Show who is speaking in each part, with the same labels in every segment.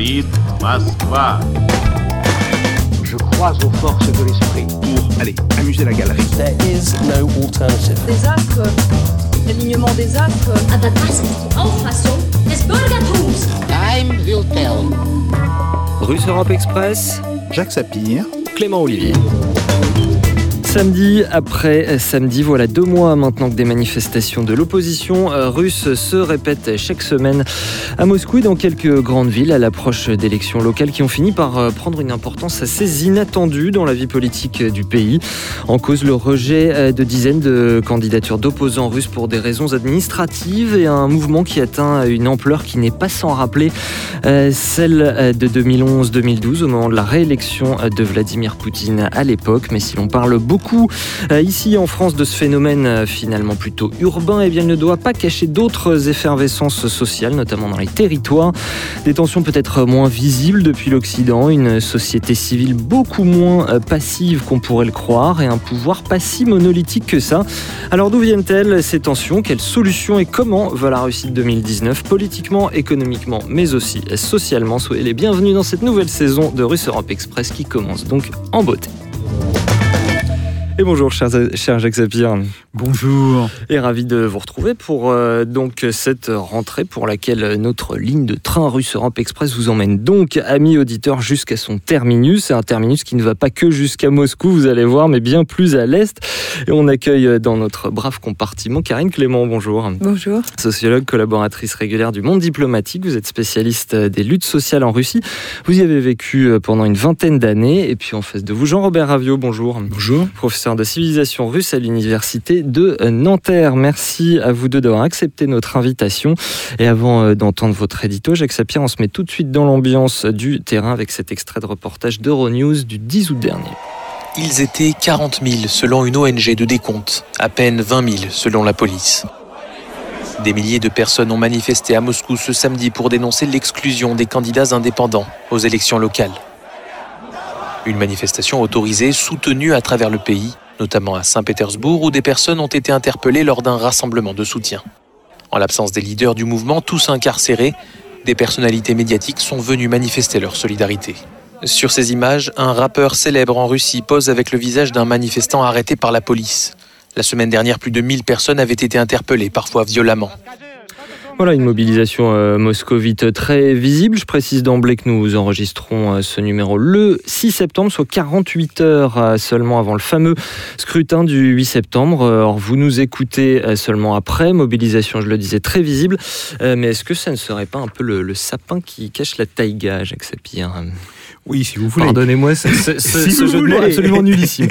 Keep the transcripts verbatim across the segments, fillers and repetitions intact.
Speaker 1: говорит Москва.
Speaker 2: Je crois aux forces de l'esprit.
Speaker 3: Pour aller amuser la galerie.
Speaker 4: There is no alternative.
Speaker 5: Des actes, l'alignement des actes.
Speaker 6: Aber das ist die Auffassung des Bürgertums.
Speaker 2: Time will tell.
Speaker 7: Russe Europe Express,
Speaker 3: Jacques Sapir,
Speaker 7: Clément Olivier. Samedi après samedi, voilà deux mois maintenant que des manifestations de l'opposition russe se répètent chaque semaine à Moscou et dans quelques grandes villes à l'approche d'élections locales qui ont fini par prendre une importance assez inattendue dans la vie politique du pays. En cause, le rejet de dizaines de candidatures d'opposants russes pour des raisons administratives et un mouvement qui atteint une ampleur qui n'est pas sans rappeler celle de deux mille onze deux mille douze au moment de la réélection de Vladimir Poutine à l'époque. Mais si l'on parle beaucoup ici en France de ce phénomène finalement plutôt urbain, et bien il ne doit pas cacher d'autres effervescences sociales, notamment dans les territoires. Des tensions peut-être moins visibles depuis l'Occident, une société civile beaucoup moins passive qu'on pourrait le croire et un pouvoir pas si monolithique que ça. Alors d'où viennent-elles ces tensions ? Quelles solutions et comment va la Russie de deux mille dix-neuf, politiquement, économiquement, mais aussi socialement ? Soyez les bienvenus dans cette nouvelle saison de Russe Europe Express qui commence donc en beauté. Et bonjour, cher, cher Jacques Sapir.
Speaker 3: Bonjour.
Speaker 7: Et ravi de vous retrouver pour euh, donc cette rentrée pour laquelle notre ligne de train Russe Europe Express vous emmène donc, amis auditeurs, jusqu'à son terminus. C'est un terminus qui ne va pas que jusqu'à Moscou, vous allez voir, mais bien plus à l'est. Et on accueille dans notre brave compartiment Karine Clément, bonjour.
Speaker 5: Bonjour.
Speaker 7: Sociologue, collaboratrice régulière du Monde diplomatique. Vous êtes spécialiste des luttes sociales en Russie. Vous y avez vécu pendant une vingtaine d'années. Et puis en face de vous, Jean-Robert Ravio, bonjour.
Speaker 3: Bonjour.
Speaker 7: Professeur de civilisation russe à l'université de Nanterre. Merci à vous deux d'avoir accepté notre invitation. Et avant d'entendre votre édito, Jacques Sapir, on se met tout de suite dans l'ambiance du terrain avec cet extrait de reportage d'Euronews du dix août dernier.
Speaker 8: Ils étaient quarante mille selon une O N G de décompte, à peine vingt mille selon la police. Des milliers de personnes ont manifesté à Moscou ce samedi pour dénoncer l'exclusion des candidats indépendants aux élections locales. Une manifestation autorisée, soutenue à travers le pays, notamment à Saint-Pétersbourg, où des personnes ont été interpellées lors d'un rassemblement de soutien. En l'absence des leaders du mouvement, tous incarcérés, des personnalités médiatiques sont venues manifester leur solidarité. Sur ces images, un rappeur célèbre en Russie pose avec le visage d'un manifestant arrêté par la police. La semaine dernière, plus de mille personnes avaient été interpellées, parfois violemment.
Speaker 7: Voilà, une mobilisation euh, moscovite très visible. Je précise d'emblée que nous enregistrons euh, ce numéro le six septembre, soit quarante-huit heures euh, seulement avant le fameux scrutin du huit septembre. Or, vous nous écoutez euh, seulement après. Mobilisation, je le disais, très visible. Euh, mais est-ce que ça ne serait pas un peu le, le sapin qui cache la taïga, Jacques Sapir ?
Speaker 3: Oui, si vous voulez.
Speaker 7: Pardonnez-moi, ce, ce,
Speaker 3: si
Speaker 7: ce jeu de mots absolument nullissime.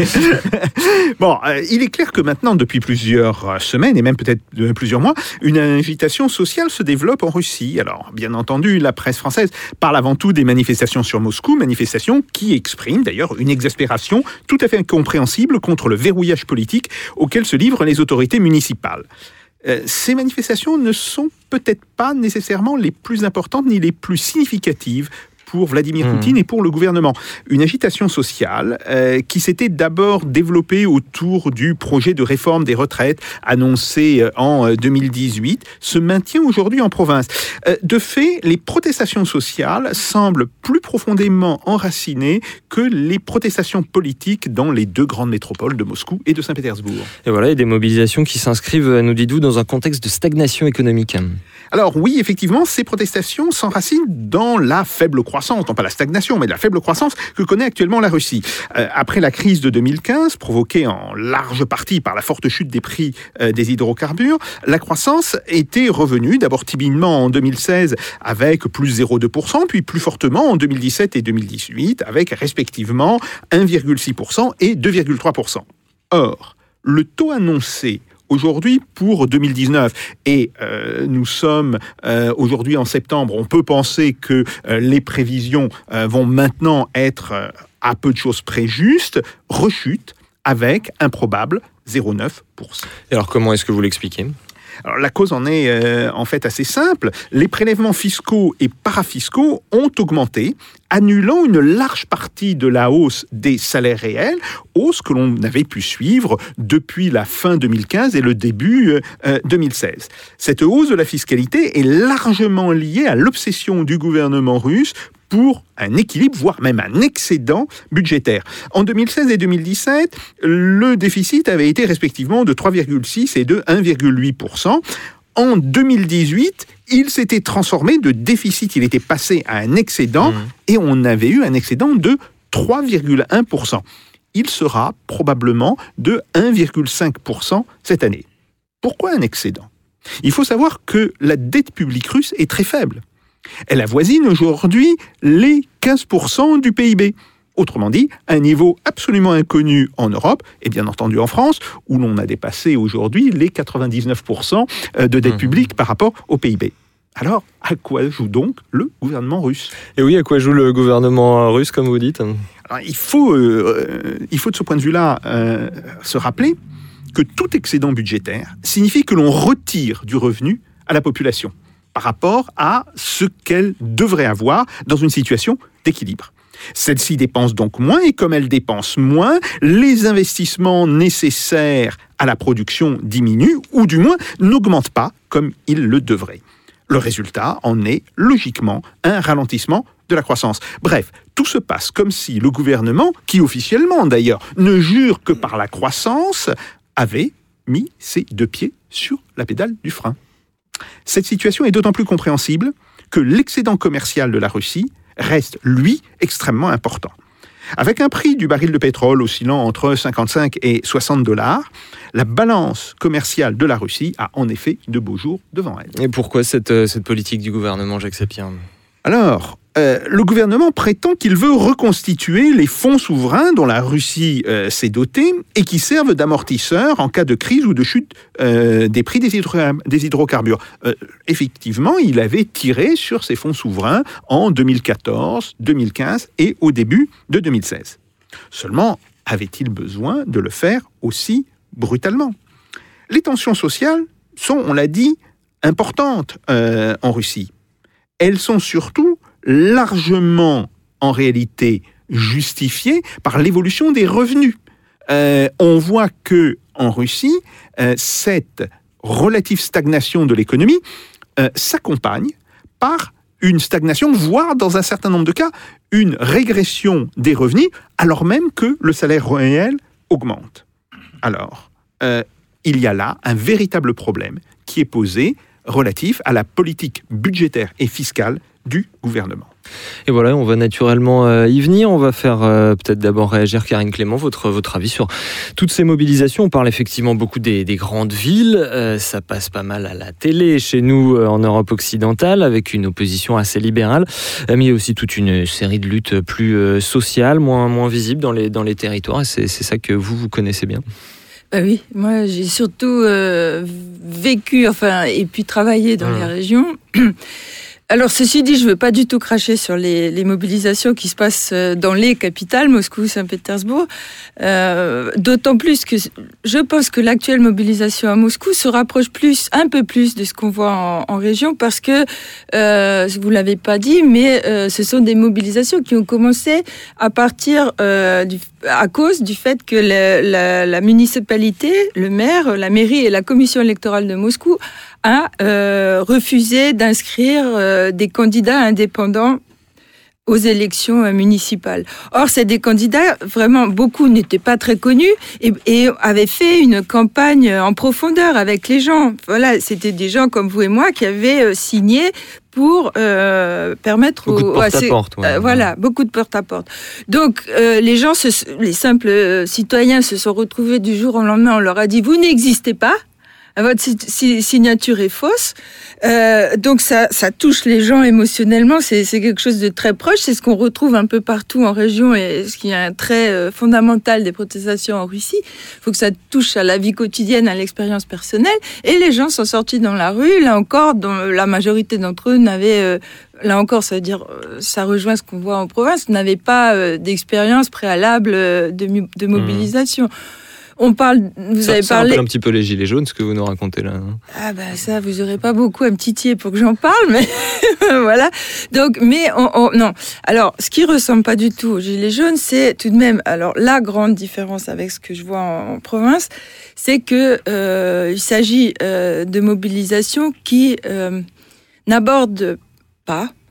Speaker 3: Bon, euh, il est clair que maintenant, depuis plusieurs semaines, et même peut-être euh, plusieurs mois, une agitation sociale se développe en Russie. Alors, bien entendu, la presse française parle avant tout des manifestations sur Moscou, manifestations qui expriment d'ailleurs une exaspération tout à fait incompréhensible contre le verrouillage politique auquel se livrent les autorités municipales. Euh, ces manifestations ne sont peut-être pas nécessairement les plus importantes ni les plus significatives pour Vladimir Poutine mmh. et pour le gouvernement. Une agitation sociale euh, qui s'était d'abord développée autour du projet de réforme des retraites annoncé en deux mille dix-huit se maintient aujourd'hui en province. Euh, de fait, les protestations sociales semblent plus profondément enracinées que les protestations politiques dans les deux grandes métropoles de Moscou et de Saint-Pétersbourg.
Speaker 7: Et voilà, il y a des mobilisations qui s'inscrivent, nous dites-vous, dans un contexte de stagnation économique.
Speaker 3: Alors oui, effectivement, ces protestations s'enracinent dans la faible croissance, non pas la stagnation, mais la faible croissance que connaît actuellement la Russie. Euh, après la crise de deux mille quinze, provoquée en large partie par la forte chute des prix euh, des hydrocarbures, la croissance était revenue d'abord timidement en deux mille seize avec plus zéro virgule deux pour cent, puis plus fortement en deux mille dix-sept et deux mille dix-huit avec respectivement un virgule six pour cent et deux virgule trois pour cent. Or, le taux annoncé aujourd'hui pour deux mille dix-neuf, et euh, nous sommes euh, aujourd'hui en septembre, on peut penser que euh, les prévisions euh, vont maintenant être euh, à peu de choses près justes, rechute avec un probable zéro virgule neuf pour cent.
Speaker 7: Et alors comment est-ce que vous l'expliquez ?
Speaker 3: Alors, la cause en est euh, en fait assez simple. Les prélèvements fiscaux et parafiscaux ont augmenté, annulant une large partie de la hausse des salaires réels, hausse que l'on avait pu suivre depuis la fin deux mille quinze et le début euh, deux mille seize. Cette hausse de la fiscalité est largement liée à l'obsession du gouvernement russe pour un équilibre, voire même un excédent budgétaire. En deux mille seize et deux mille dix-sept, le déficit avait été respectivement de trois virgule six et de un virgule huit pour cent. En deux mille dix-huit, il s'était transformé de déficit, il était passé à un excédent, mmh. et on avait eu un excédent de trois virgule un pour cent. Il sera probablement de un virgule cinq pour cent cette année. Pourquoi un excédent ? Il faut savoir que la dette publique russe est très faible. Elle avoisine aujourd'hui les quinze pour cent du P I B. Autrement dit, un niveau absolument inconnu en Europe, et bien entendu en France, où l'on a dépassé aujourd'hui les quatre-vingt-dix-neuf pour cent de dette publique par rapport au P I B. Alors, à quoi joue donc le gouvernement russe ?
Speaker 7: Et oui, à quoi joue le gouvernement russe, comme vous dites ?
Speaker 3: Alors, il faut, euh, il faut de ce point de vue-là euh, se rappeler que tout excédent budgétaire signifie que l'on retire du revenu à la population par rapport à ce qu'elle devrait avoir dans une situation d'équilibre. Celle-ci dépense donc moins, et comme elle dépense moins, les investissements nécessaires à la production diminuent, ou du moins n'augmentent pas comme ils le devraient. Le résultat en est logiquement un ralentissement de la croissance. Bref, tout se passe comme si le gouvernement, qui officiellement d'ailleurs ne jure que par la croissance, avait mis ses deux pieds sur la pédale du frein. Cette situation est d'autant plus compréhensible que l'excédent commercial de la Russie reste, lui, extrêmement important. Avec un prix du baril de pétrole oscillant entre cinquante-cinq et soixante dollars, la balance commerciale de la Russie a en effet de beaux jours devant elle.
Speaker 7: Et pourquoi cette, cette politique du gouvernement, Jacques Sapien ?
Speaker 3: Alors, euh, le gouvernement prétend qu'il veut reconstituer les fonds souverains dont la Russie euh, s'est dotée et qui servent d'amortisseurs en cas de crise ou de chute euh, des prix des, hydro- des hydrocarbures. Euh, effectivement, il avait tiré sur ces fonds souverains en deux mille quatorze, deux mille quinze et au début de deux mille seize. Seulement, avait-il besoin de le faire aussi brutalement ? Les tensions sociales sont, on l'a dit, importantes euh, en Russie. Elles sont surtout largement, en réalité, justifiées par l'évolution des revenus. Euh, on voit que en Russie, euh, cette relative stagnation de l'économie euh, s'accompagne par une stagnation, voire dans un certain nombre de cas, une régression des revenus, alors même que le salaire réel augmente. Alors, euh, il y a là un véritable problème qui est posé relatif à la politique budgétaire et fiscale du gouvernement.
Speaker 7: Et voilà, on va naturellement euh, y venir. On va faire euh, peut-être d'abord réagir, Karine Clément, votre, votre avis sur toutes ces mobilisations. On parle effectivement beaucoup des, des grandes villes. Euh, ça passe pas mal à la télé chez nous euh, en Europe occidentale, avec une opposition assez libérale. Euh, mais il y a aussi toute une série de luttes plus euh, sociales, moins, moins visibles dans les, dans les territoires. Et c'est, c'est ça que vous, vous connaissez bien.
Speaker 1: Bah oui, moi j'ai surtout euh, vécu, enfin, et puis travaillé dans mmh. les régions. Alors ceci dit, je ne veux pas du tout cracher sur les, les mobilisations qui se passent dans les capitales, Moscou, Saint-Pétersbourg. Euh, d'autant plus que je pense que l'actuelle mobilisation à Moscou se rapproche plus, un peu plus de ce qu'on voit en, en région, parce que, euh, vous ne l'avez pas dit, mais euh, ce sont des mobilisations qui ont commencé à partir euh, du, à cause du fait que la, la, la municipalité, le maire, la mairie et la commission électorale de Moscou a euh, refusé d'inscrire euh, des candidats indépendants aux élections euh, municipales. Or, c'est des candidats, vraiment, beaucoup n'étaient pas très connus et, et avaient fait une campagne en profondeur avec les gens. Voilà, c'était des gens comme vous et moi qui avaient euh, signé pour euh, permettre
Speaker 7: beaucoup
Speaker 1: aux...
Speaker 7: de porte-à-porte. Ouais.
Speaker 1: Euh, voilà, beaucoup de porte-à-porte. Donc, euh, les gens, se, les simples euh, citoyens se sont retrouvés du jour au lendemain. On leur a dit, vous n'existez pas. Votre signature est fausse, euh, donc ça, ça touche les gens émotionnellement. C'est, c'est quelque chose de très proche. C'est ce qu'on retrouve un peu partout en région et ce qui est un trait euh, fondamental des protestations en Russie. Il faut que ça touche à la vie quotidienne, à l'expérience personnelle. Et les gens sont sortis dans la rue. Là encore, dont la majorité d'entre eux n'avaient euh, là encore, ça veut dire, ça rejoint ce qu'on voit en province, n'avaient pas euh, d'expérience préalable de, de mobilisation. Mmh. On parle, vous
Speaker 7: ça,
Speaker 1: avez
Speaker 7: ça
Speaker 1: parlé...
Speaker 7: rappelle un petit peu les gilets jaunes, ce que vous nous racontez là. Hein.
Speaker 1: Ah bah ça, vous n'aurez pas beaucoup à me titiller pour que j'en parle, mais voilà. Donc, mais on, on, non. Alors, ce qui ressemble pas du tout aux gilets jaunes, c'est tout de même, alors la grande différence avec ce que je vois en, en province, c'est que euh, il s'agit euh, de mobilisations qui euh, n'abordent pas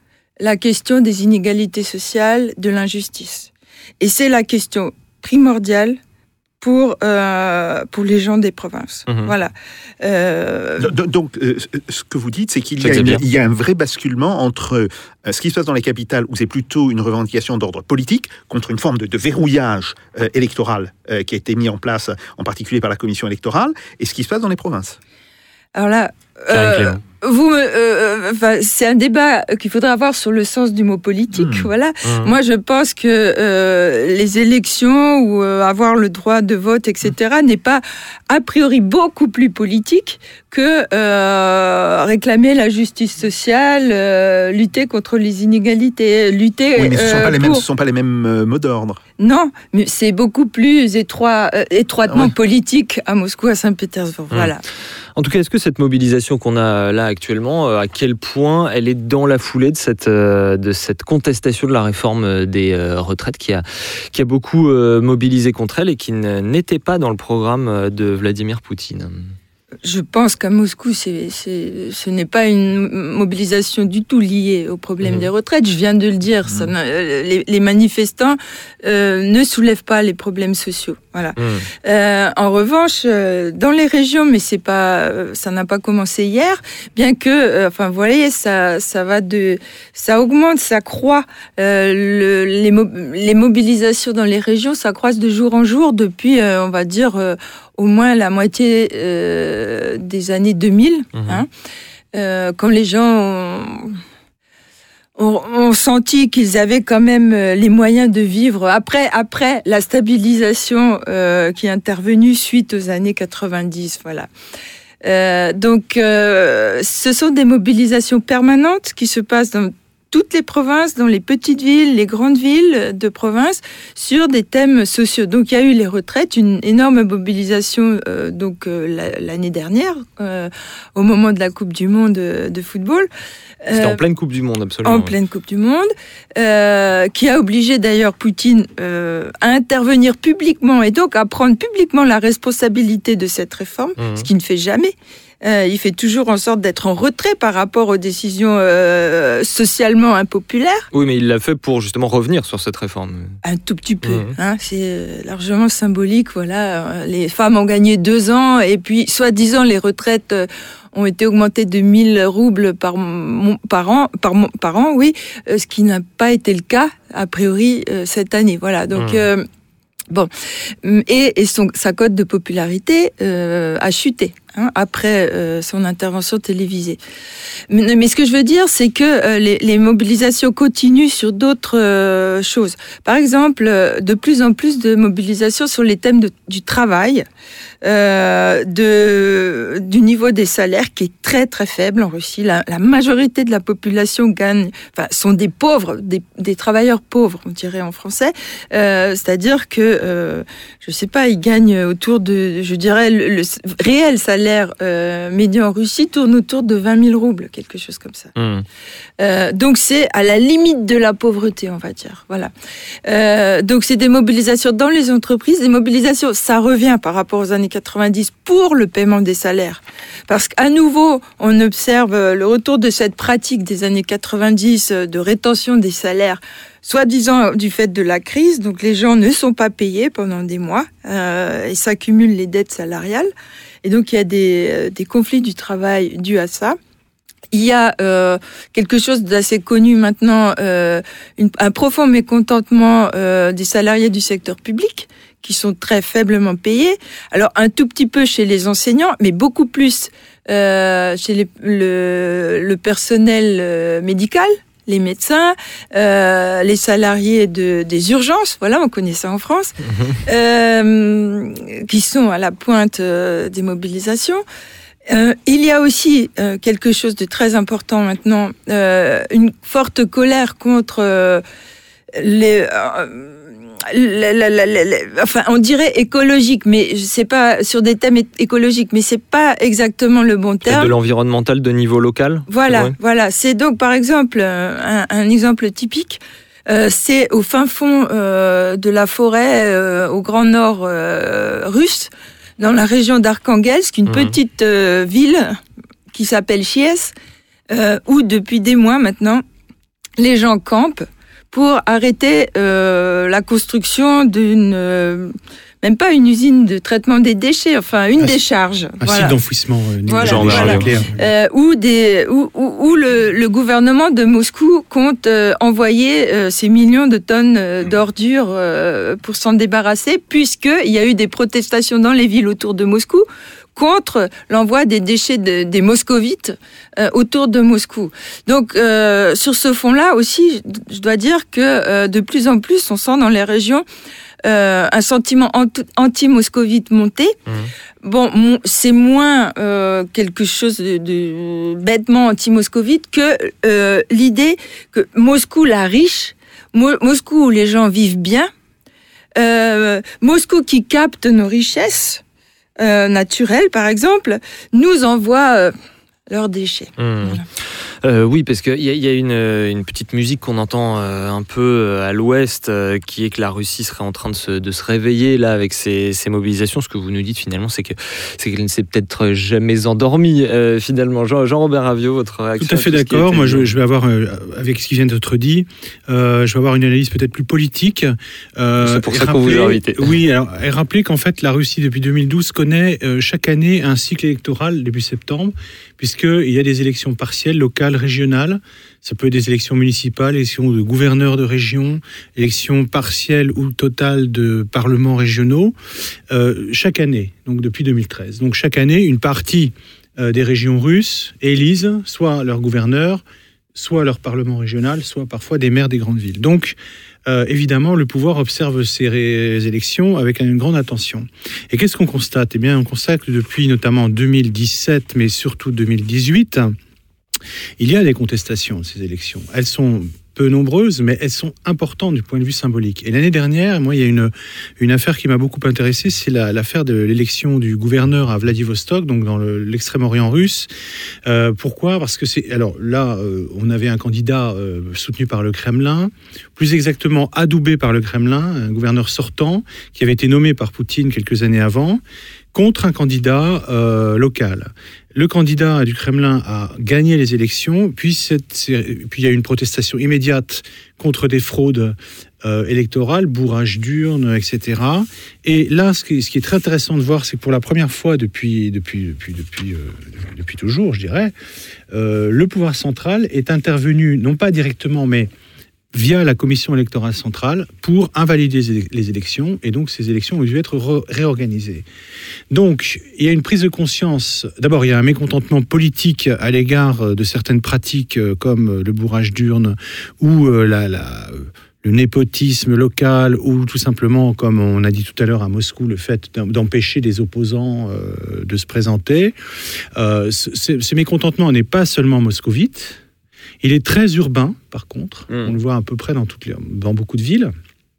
Speaker 1: la question des inégalités sociales, de l'injustice. Et c'est la question primordiale pour euh, pour les gens des provinces. Mmh. Voilà. Euh...
Speaker 3: Donc, donc euh, ce que vous dites, c'est qu'il y a, une, il y a un vrai basculement entre euh, ce qui se passe dans les capitales, où c'est plutôt une revendication d'ordre politique contre une forme de, de verrouillage euh, électoral euh, qui a été mis en place, en particulier par la commission électorale, et ce qui se passe dans les provinces.
Speaker 1: Alors là, euh, vous, euh, euh, c'est un débat qu'il faudrait avoir sur le sens du mot politique. Mmh. Voilà. Mmh. Moi, je pense que euh, les élections ou euh, avoir le droit de vote, et cetera, mmh. n'est pas a priori beaucoup plus politique que euh, réclamer la justice sociale, euh, lutter contre les inégalités, lutter.
Speaker 3: Oui, mais ce ne sont,
Speaker 1: euh,
Speaker 3: pas les
Speaker 1: pour...
Speaker 3: mêmes, ce sont pas les mêmes euh, mots d'ordre.
Speaker 1: Non, mais c'est beaucoup plus étroit, euh, étroitement oui. politique à Moscou, à Saint-Pétersbourg. Mmh. Voilà.
Speaker 7: En tout cas, est-ce que cette mobilisation qu'on a là actuellement, à quel point elle est dans la foulée de cette, de cette contestation de la réforme des retraites qui a, qui a beaucoup mobilisé contre elle et qui n'était pas dans le programme de Vladimir Poutine ?
Speaker 1: Je pense qu'à Moscou, c'est, c'est, ce n'est pas une mobilisation du tout liée au problème mmh. des retraites. Je viens de le dire. Mmh. Ça, les, les manifestants euh, ne soulèvent pas les problèmes sociaux. Voilà. Mmh. Euh, en revanche, euh, dans les régions, mais c'est pas, ça n'a pas commencé hier. Bien que, euh, enfin, vous voyez, ça, ça va de, ça augmente, ça croît. Euh, le, les, mo- les mobilisations dans les régions, ça croît de jour en jour depuis, euh, on va dire. Euh, au moins la moitié euh, des années deux mille, mmh. hein, euh, quand les gens ont, ont, ont senti qu'ils avaient quand même les moyens de vivre après, après la stabilisation euh, qui est intervenue suite aux années quatre-vingt-dix. Voilà. Euh, donc, euh, ce sont des mobilisations permanentes qui se passent dans toutes les provinces, dans les petites villes, les grandes villes de province, sur des thèmes sociaux. Donc il y a eu les retraites, une énorme mobilisation euh, donc euh, la, l'année dernière, euh, au moment de la Coupe du Monde de, de football.
Speaker 7: C'était euh, en pleine Coupe du Monde, absolument.
Speaker 1: En oui. pleine Coupe du Monde, euh, qui a obligé d'ailleurs Poutine euh, à intervenir publiquement et donc à prendre publiquement la responsabilité de cette réforme, mmh. ce qu'il ne fait jamais. Euh, il fait toujours en sorte d'être en retrait par rapport aux décisions euh, socialement impopulaires.
Speaker 7: Oui, mais il l'a fait pour justement revenir sur cette réforme.
Speaker 1: Un tout petit peu. Mmh. Hein, c'est largement symbolique. Voilà, les femmes ont gagné deux ans et puis, soi-disant, les retraites ont été augmentées de mille roubles par, par an, par, par an, oui, ce qui n'a pas été le cas a priori cette année. Voilà, donc. Mmh. Euh, Bon, et, et son, sa cote de popularité euh, a chuté hein, après euh, son intervention télévisée. Mais, mais ce que je veux dire, c'est que euh, les, les mobilisations continuent sur d'autres euh, choses. Par exemple, de plus en plus de mobilisations sur les thèmes de, du travail, euh, de, du niveau des salaires qui est très très faible en Russie. La, la majorité de la population gagne, enfin, sont des pauvres, des, des travailleurs pauvres, on dirait en français. Euh, c'est-à-dire que Euh, je sais pas, ils gagnent autour de, je dirais, le, le réel salaire euh, médian en Russie tourne autour de vingt mille roubles, quelque chose comme ça. Mmh. Euh, donc c'est à la limite de la pauvreté, on va dire. Voilà. Euh, donc c'est des mobilisations dans les entreprises, des mobilisations, ça revient par rapport aux années quatre-vingt-dix pour le paiement des salaires, parce qu'à nouveau on observe le retour de cette pratique des années quatre-vingt-dix de rétention des salaires. Soi-disant du fait de la crise, donc les gens ne sont pas payés pendant des mois euh, et s'accumulent les dettes salariales. Et donc il y a des, des conflits du travail dus à ça. Il y a euh, quelque chose d'assez connu maintenant, euh, une, un profond mécontentement euh, des salariés du secteur public qui sont très faiblement payés. Alors un tout petit peu chez les enseignants, mais beaucoup plus euh, chez les, le, le personnel euh, médical. Les médecins, euh, les salariés de, des urgences, voilà, on connaît ça en France, euh, qui sont à la pointe euh, des mobilisations. Euh, il y a aussi euh, quelque chose de très important maintenant, euh, une forte colère contre euh, les... Euh, La, la, la, la, la, enfin, on dirait écologique, mais c'est pas sur des thèmes écologiques, mais c'est pas exactement le bon terme.
Speaker 7: De l'environnemental de niveau local.
Speaker 1: Voilà, c'est voilà. C'est donc par exemple un, un exemple typique. Euh, c'est au fin fond euh, de la forêt, euh, au grand nord euh, russe, dans la région d'Arkhangelsk, une mmh. petite euh, ville qui s'appelle Chies, euh, où depuis des mois maintenant. les gens campent pour arrêter euh, la construction d'une... Euh, même pas une usine de traitement des déchets, enfin une un, décharge.
Speaker 9: Un voilà. site d'enfouissement, euh,
Speaker 1: voilà,
Speaker 9: genre
Speaker 1: voilà. Euh, où des, où, où, où le, le gouvernement de Moscou compte euh, envoyer euh, ces millions de tonnes euh, d'ordures euh, pour s'en débarrasser, puisqu'il y a eu des protestations dans les villes autour de Moscou contre l'envoi des déchets de, des moscovites euh, autour de Moscou. Donc, euh, sur ce fond-là aussi, je dois dire que euh, de plus en plus, on sent dans les régions Euh, un sentiment anti-moscovite monté. Mmh. Bon, mon, c'est moins euh, quelque chose de, de bêtement anti-moscovite que euh, l'idée que Moscou la riche, Mo- Moscou où les gens vivent bien, euh, Moscou qui capte nos richesses euh, naturelles, par exemple, nous envoie euh, leurs déchets. Mmh. Voilà.
Speaker 7: Euh, oui, parce qu'il y a, y a une, une petite musique qu'on entend euh, un peu à l'ouest, euh, qui est que la Russie serait en train de se, de se réveiller là avec ses, ses mobilisations. Ce que vous nous dites finalement, c'est, que, c'est qu'elle ne s'est peut-être jamais endormie euh, finalement. Jean, Jean-Robert Raviot, votre réaction?
Speaker 9: Tout à fait d'accord. Moi, je, je vais avoir, euh, avec ce qui vient d'être dit, euh, je vais avoir une analyse peut-être plus politique.
Speaker 7: Euh, c'est pour ça rappeler, qu'on vous a invité.
Speaker 9: Oui, alors, et rappeler qu'en fait, la Russie, depuis deux mille douze, connaît euh, chaque année un cycle électoral début septembre, puisqu'il y a des élections partielles, locales, régionales. Ça peut être des élections municipales, élections de gouverneurs de région, élections partielles ou totales de parlements régionaux, euh, chaque année, donc depuis deux mille treize. Donc chaque année, une partie euh, des régions russes élisent soit leur gouverneur, soit leur parlement régional, soit parfois des maires des grandes villes. Donc, euh, évidemment, le pouvoir observe ces ré- élections avec une grande attention. Et qu'est-ce qu'on constate ? Eh bien, on constate que depuis notamment deux mille dix-sept, mais surtout deux mille dix-huit, il y a des contestations de ces élections. Elles sont peu nombreuses, mais elles sont importantes du point de vue symbolique. Et l'année dernière, moi, il y a une, une affaire qui m'a beaucoup intéressé, c'est la, l'affaire de l'élection du gouverneur à Vladivostok, donc dans le, l'extrême-orient russe. Euh, pourquoi ? Parce que c'est... Alors là, euh, on avait un candidat euh, soutenu par le Kremlin, plus exactement adoubé par le Kremlin, un gouverneur sortant, qui avait été nommé par Poutine quelques années avant, contre un candidat euh, local. Le candidat du Kremlin a gagné les élections, puis, c'est, c'est, puis il y a eu une protestation immédiate contre des fraudes euh, électorales, bourrage d'urnes, et cetera. Et là, ce qui, ce qui est très intéressant de voir, c'est que pour la première fois depuis, depuis, depuis, depuis, euh, depuis toujours, je dirais, euh, le pouvoir central est intervenu, non pas directement, mais via la commission électorale centrale pour invalider les élections, et donc ces élections ont dû être re- réorganisées. Donc, il y a une prise de conscience. D'abord, il y a un mécontentement politique à l'égard de certaines pratiques comme le bourrage d'urnes ou la, la, le népotisme local, ou tout simplement, comme on a dit tout à l'heure à Moscou, le fait d'empêcher des opposants euh, de se présenter. Euh, ce, ce mécontentement n'est pas seulement moscovite. Il est très urbain, par contre. Mmh. On le voit à peu près dans, toutes les, dans beaucoup de villes.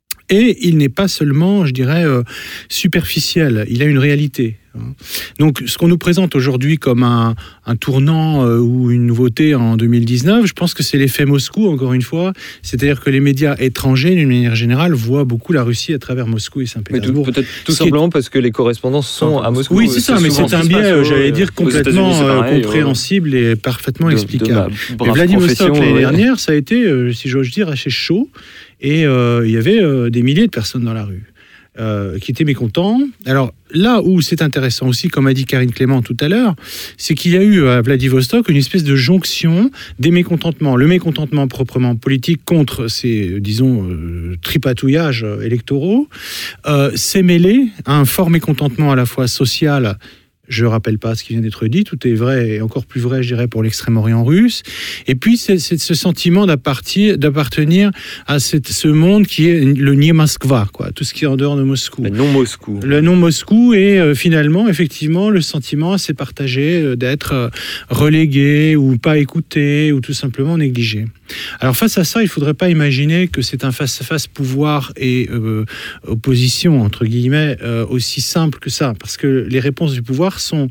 Speaker 9: Et il n'est pas seulement, je dirais, euh, superficiel. Il a une réalité. Donc, ce qu'on nous présente aujourd'hui comme un, un tournant euh, ou une nouveauté en deux mille dix-neuf, je pense que c'est l'effet Moscou, encore une fois. C'est-à-dire que les médias étrangers, d'une manière générale, voient beaucoup la Russie à travers Moscou et Saint-Pétersbourg.
Speaker 7: Mais tout, peut-être tout simplement est... parce que les correspondances sont à Moscou.
Speaker 9: Oui, c'est ça, mais c'est un biais, j'allais dire, complètement pareil, compréhensible ouais. et parfaitement de, explicable. De ma, Vladivostok, l'année ouais. dernière, ça a été, euh, si j'ose dire, assez chaud. Et euh, il y avait euh, des milliers de personnes dans la rue. Euh, qui étaient mécontents. Alors là où c'est intéressant aussi, comme a dit Karine Clément tout à l'heure, c'est qu'il y a eu à Vladivostok une espèce de jonction des mécontentements. Le mécontentement proprement politique contre ces, disons, euh, tripatouillages électoraux euh, s'est mêlé à un fort mécontentement à la fois social. Je ne rappelle pas ce qui vient d'être dit, tout est vrai et encore plus vrai, je dirais, pour l'extrême-orient russe. Et puis, c'est, c'est ce sentiment d'appartenir à cette, ce monde qui est le nie Moskva, quoi, tout ce qui est en dehors de Moscou.
Speaker 7: Le non-Moscou.
Speaker 9: Le non-Moscou, et euh, finalement, effectivement, le sentiment s'est partagé euh, d'être euh, relégué ou pas écouté ou tout simplement négligé. Alors, face à ça, il ne faudrait pas imaginer que c'est un face-à-face pouvoir et euh, opposition, entre guillemets, euh, aussi simple que ça, parce que les réponses du pouvoir sont,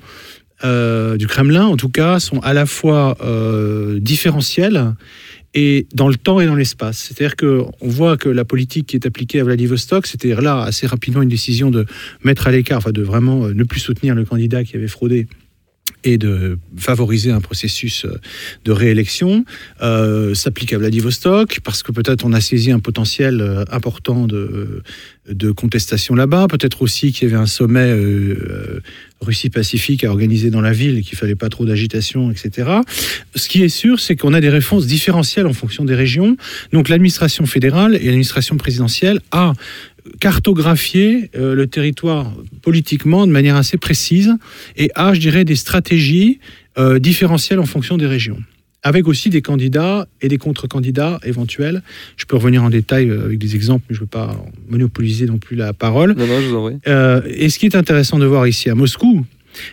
Speaker 9: euh, du Kremlin en tout cas, sont à la fois euh, différentielles et dans le temps et dans l'espace. C'est-à-dire qu'on voit que la politique qui est appliquée à Vladivostok, c'était là assez rapidement une décision de mettre à l'écart, enfin de vraiment ne plus soutenir le candidat qui avait fraudé et de favoriser un processus de réélection euh, s'applique à Vladivostok, parce que peut-être on a saisi un potentiel important de, de contestation là-bas, peut-être aussi qu'il y avait un sommet euh, Russie-Pacifique à organiser dans la ville et qu'il ne fallait pas trop d'agitation, et cetera. Ce qui est sûr, c'est qu'on a des réponses différentielles en fonction des régions. Donc l'administration fédérale et l'administration présidentielle a cartographier euh, le territoire politiquement de manière assez précise et a, je dirais, des stratégies euh, différentielles en fonction des régions, avec aussi des candidats et des contre-candidats éventuels. Je peux revenir en détail euh, avec des exemples, mais je ne veux pas monopoliser non plus la parole.
Speaker 7: Non, non, je vous en prie.
Speaker 9: Euh, et ce qui est intéressant de voir ici à Moscou,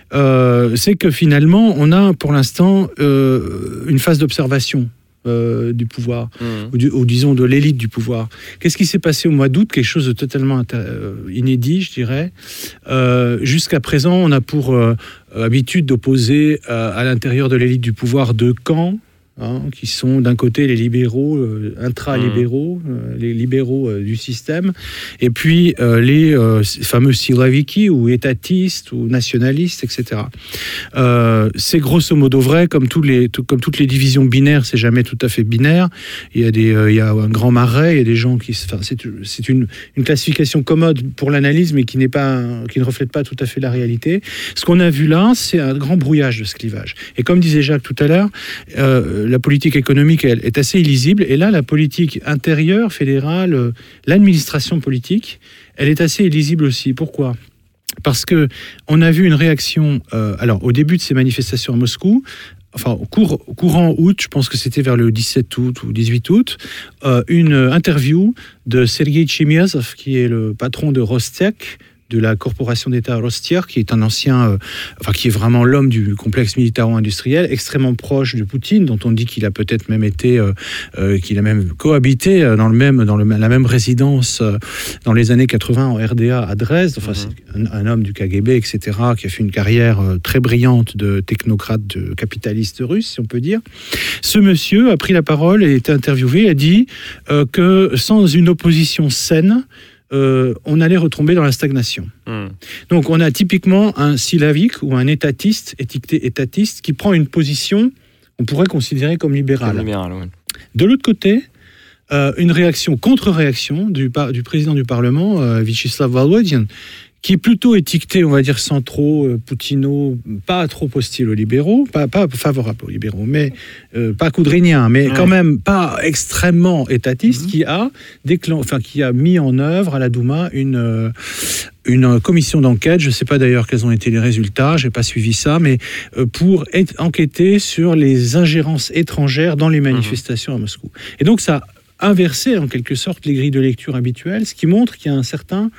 Speaker 9: euh, c'est que finalement, on a pour l'instant euh, une phase d'observation Euh, du pouvoir, mmh. ou, du, ou disons de l'élite du pouvoir. Qu'est-ce qui s'est passé au mois d'août? Quelque chose de totalement inter- euh, inédit, je dirais. Euh, jusqu'à présent, on a pour euh, habitude d'opposer euh, à l'intérieur de l'élite du pouvoir deux camps, hein, qui sont d'un côté les libéraux, euh, intra-libéraux, euh, les libéraux euh, du système, et puis euh, les euh, fameux siloviki ou étatistes ou nationalistes, et cetera. Euh, c'est grosso modo vrai, comme, tous les, tout, comme toutes les divisions binaires, c'est jamais tout à fait binaire. Il y a, des, euh, il y a un grand marais, il y a des gens qui... Enfin, c'est c'est une, une classification commode pour l'analyse, mais qui, n'est pas, qui ne reflète pas tout à fait la réalité. Ce qu'on a vu là, c'est un grand brouillage de ce clivage. Et comme disait Jacques tout à l'heure, euh, la politique économique, elle, est assez illisible. Et là, la politique intérieure, fédérale, euh, l'administration politique, elle est assez illisible aussi. Pourquoi ? Parce que on a vu une réaction, euh, alors au début de ces manifestations à Moscou, enfin au cours, courant août, je pense que c'était vers le dix-sept août ou dix-huit août, euh, une interview de Sergei Chemyazov, qui est le patron de Rostec, de la corporation d'État Rostier, qui est un ancien, euh, enfin qui est vraiment l'homme du complexe militaro-industriel, extrêmement proche de Poutine, dont on dit qu'il a peut-être même été, euh, euh, qu'il a même cohabité dans le même, dans le, la même résidence euh, dans les années quatre-vingts en R D A à Dresde. Enfin, mm-hmm. c'est un, un homme du K G B, et cetera, qui a fait une carrière euh, très brillante de technocrate, de capitaliste russe, si on peut dire. Ce monsieur a pris la parole et a été interviewé, et a dit euh, que sans une opposition saine, Euh, on allait retomber dans la stagnation. Mmh. Donc on a typiquement un silavique ou un étatiste, étiqueté étatiste, qui prend une position, on pourrait considérer comme libérale.
Speaker 7: Comme libéral, ouais.
Speaker 9: De l'autre côté, euh, une réaction, contre-réaction du, par, du président du Parlement, euh, Vyacheslav Volodyn, qui est plutôt étiqueté, on va dire, centraux, euh, poutino, pas trop hostile aux libéraux, pas, pas favorable aux libéraux, mais euh, pas coudrinien, mais ouais. quand même pas extrêmement étatiste, mm-hmm. qui a déclen... enfin, qui a mis en œuvre à la Douma une, euh, une commission d'enquête. Je ne sais pas d'ailleurs quels ont été les résultats, je n'ai pas suivi ça, mais euh, pour être, enquêter sur les ingérences étrangères dans les manifestations mm-hmm. à Moscou. Et donc ça a inversé en quelque sorte les grilles de lecture habituelles, ce qui montre qu'il y a un certain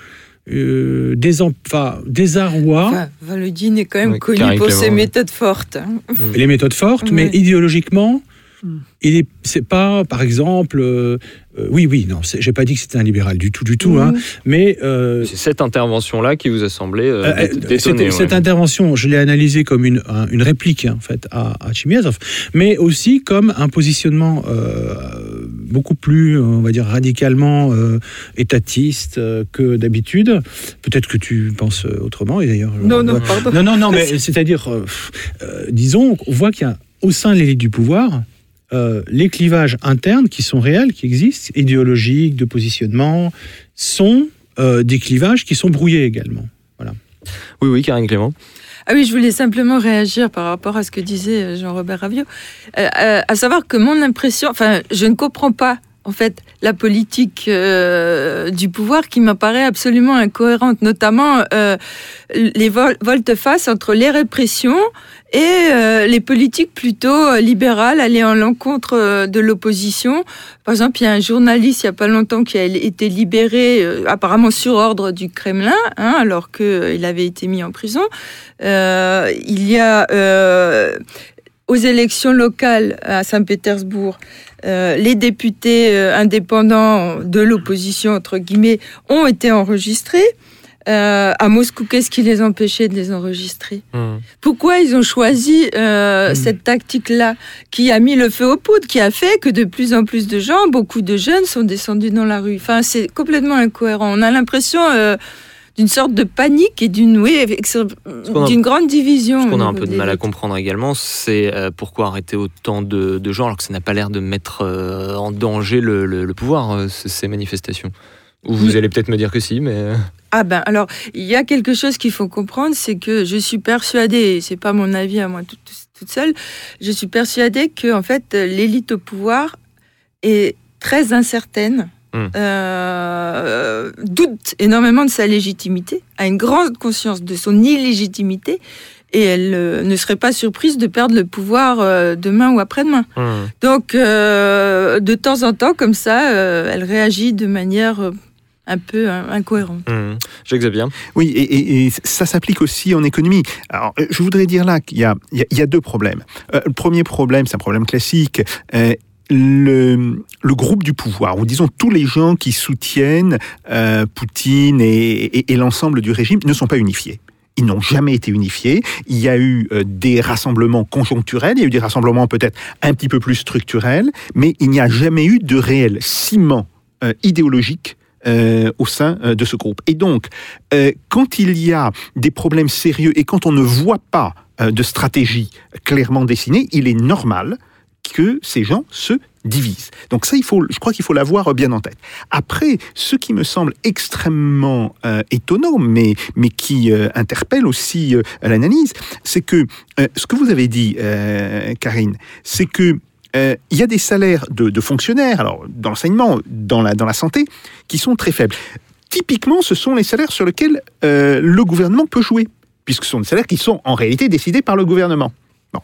Speaker 9: Euh, des enfin, désarroi.
Speaker 1: Enfin, Volodyn est quand même
Speaker 7: oui,
Speaker 1: connu pour ses méthodes fortes. Hein.
Speaker 9: Les méthodes fortes, oui. mais idéologiquement, mm. il est, c'est pas, par exemple, euh, euh, oui, oui, non, c'est, j'ai pas dit que c'était un libéral du tout, du tout, mm. hein, mais euh,
Speaker 7: c'est cette intervention-là qui vous a semblé euh,
Speaker 9: euh,
Speaker 7: détonner. Ouais.
Speaker 9: Cette intervention, je l'ai analysée comme une, un, une réplique hein, en fait à, à Chemyazov, mais aussi comme un positionnement euh, beaucoup plus, on va dire, radicalement euh, étatiste euh, que d'habitude. Peut-être que tu penses autrement, et d'ailleurs.
Speaker 1: Non, non,
Speaker 9: euh,
Speaker 1: pardon.
Speaker 9: Non, non, non, mais c'est-à-dire, euh, euh, disons, on voit qu'il y a au sein de l'élite du pouvoir euh, les clivages internes qui sont réels, qui existent, idéologiques, de positionnement, sont euh, des clivages qui sont brouillés également. Voilà.
Speaker 7: Oui, oui, Karine Clément.
Speaker 1: Ah oui, je voulais simplement réagir par rapport à ce que disait Jean-Robert Raviot, euh, euh, à savoir que mon impression, enfin, je ne comprends pas en fait la politique euh, du pouvoir qui m'apparaît absolument incohérente, notamment euh, les vol- volte-face entre les répressions et euh, les politiques plutôt libérales, aller en l'encontre de l'opposition. Par exemple, il y a un journaliste il n'y a pas longtemps qui a été libéré, euh, apparemment sur ordre du Kremlin, hein, alors qu'il euh, avait été mis en prison. Euh, il y a euh, aux élections locales à Saint-Pétersbourg, euh, les députés euh, indépendants de l'opposition, entre guillemets, ont été enregistrés. Euh, à Moscou, qu'est-ce qui les empêchait de les enregistrer ? mmh. Pourquoi ils ont choisi euh, mmh. cette tactique-là qui a mis le feu aux poudres, qui a fait que de plus en plus de gens, beaucoup de jeunes sont descendus dans la rue. Enfin, c'est complètement incohérent. On a l'impression... Euh, d'une sorte de panique et d'une, oui, a, d'une grande division.
Speaker 7: Ce qu'on a un peu de mal à comprendre également, c'est euh, pourquoi arrêter autant de, de gens alors que ça n'a pas l'air de mettre euh, en danger le, le, le pouvoir, euh, ces manifestations. Ou vous oui. allez peut-être me dire que si, mais...
Speaker 1: Ah ben, alors, il y a quelque chose qu'il faut comprendre, c'est que je suis persuadée, et c'est pas mon avis à moi toute, toute seule, je suis persuadée que, en fait, l'élite au pouvoir est très incertaine, mmh. euh, doute énormément de sa légitimité, a une grande conscience de son illégitimité, et elle euh, ne serait pas surprise de perdre le pouvoir euh, demain ou après-demain. Mmh. Donc, euh, de temps en temps, comme ça, euh, elle réagit de manière... Euh, un peu incohérent.
Speaker 7: Mmh. Jacques Xavier.
Speaker 3: Oui, et, et, et ça s'applique aussi en économie. Alors, je voudrais dire là qu'il y a, il y a, il y a deux problèmes. Euh, le premier problème, c'est un problème classique. Euh, le, le groupe du pouvoir, ou disons tous les gens qui soutiennent euh, Poutine et, et, et l'ensemble du régime, ne sont pas unifiés. Ils n'ont jamais été unifiés. Il y a eu euh, des rassemblements conjoncturels, il y a eu des rassemblements peut-être un petit peu plus structurels, mais il n'y a jamais eu de réel ciment euh, idéologique Euh, au sein euh, de ce groupe. Et donc, euh, quand il y a des problèmes sérieux et quand on ne voit pas euh, de stratégie clairement dessinée, il est normal que ces gens se divisent. Donc ça, il faut, je crois qu'il faut l'avoir bien en tête. Après, ce qui me semble extrêmement euh, étonnant, mais, mais qui euh, interpelle aussi euh, l'analyse, c'est que euh, ce que vous avez dit, euh, Karine, c'est que Euh, il y a des salaires de, de fonctionnaires, alors dans l'enseignement, dans la, dans la santé, qui sont très faibles. Typiquement, ce sont les salaires sur lesquels euh, le gouvernement peut jouer, puisque ce sont des salaires qui sont en réalité décidés par le gouvernement. Bon.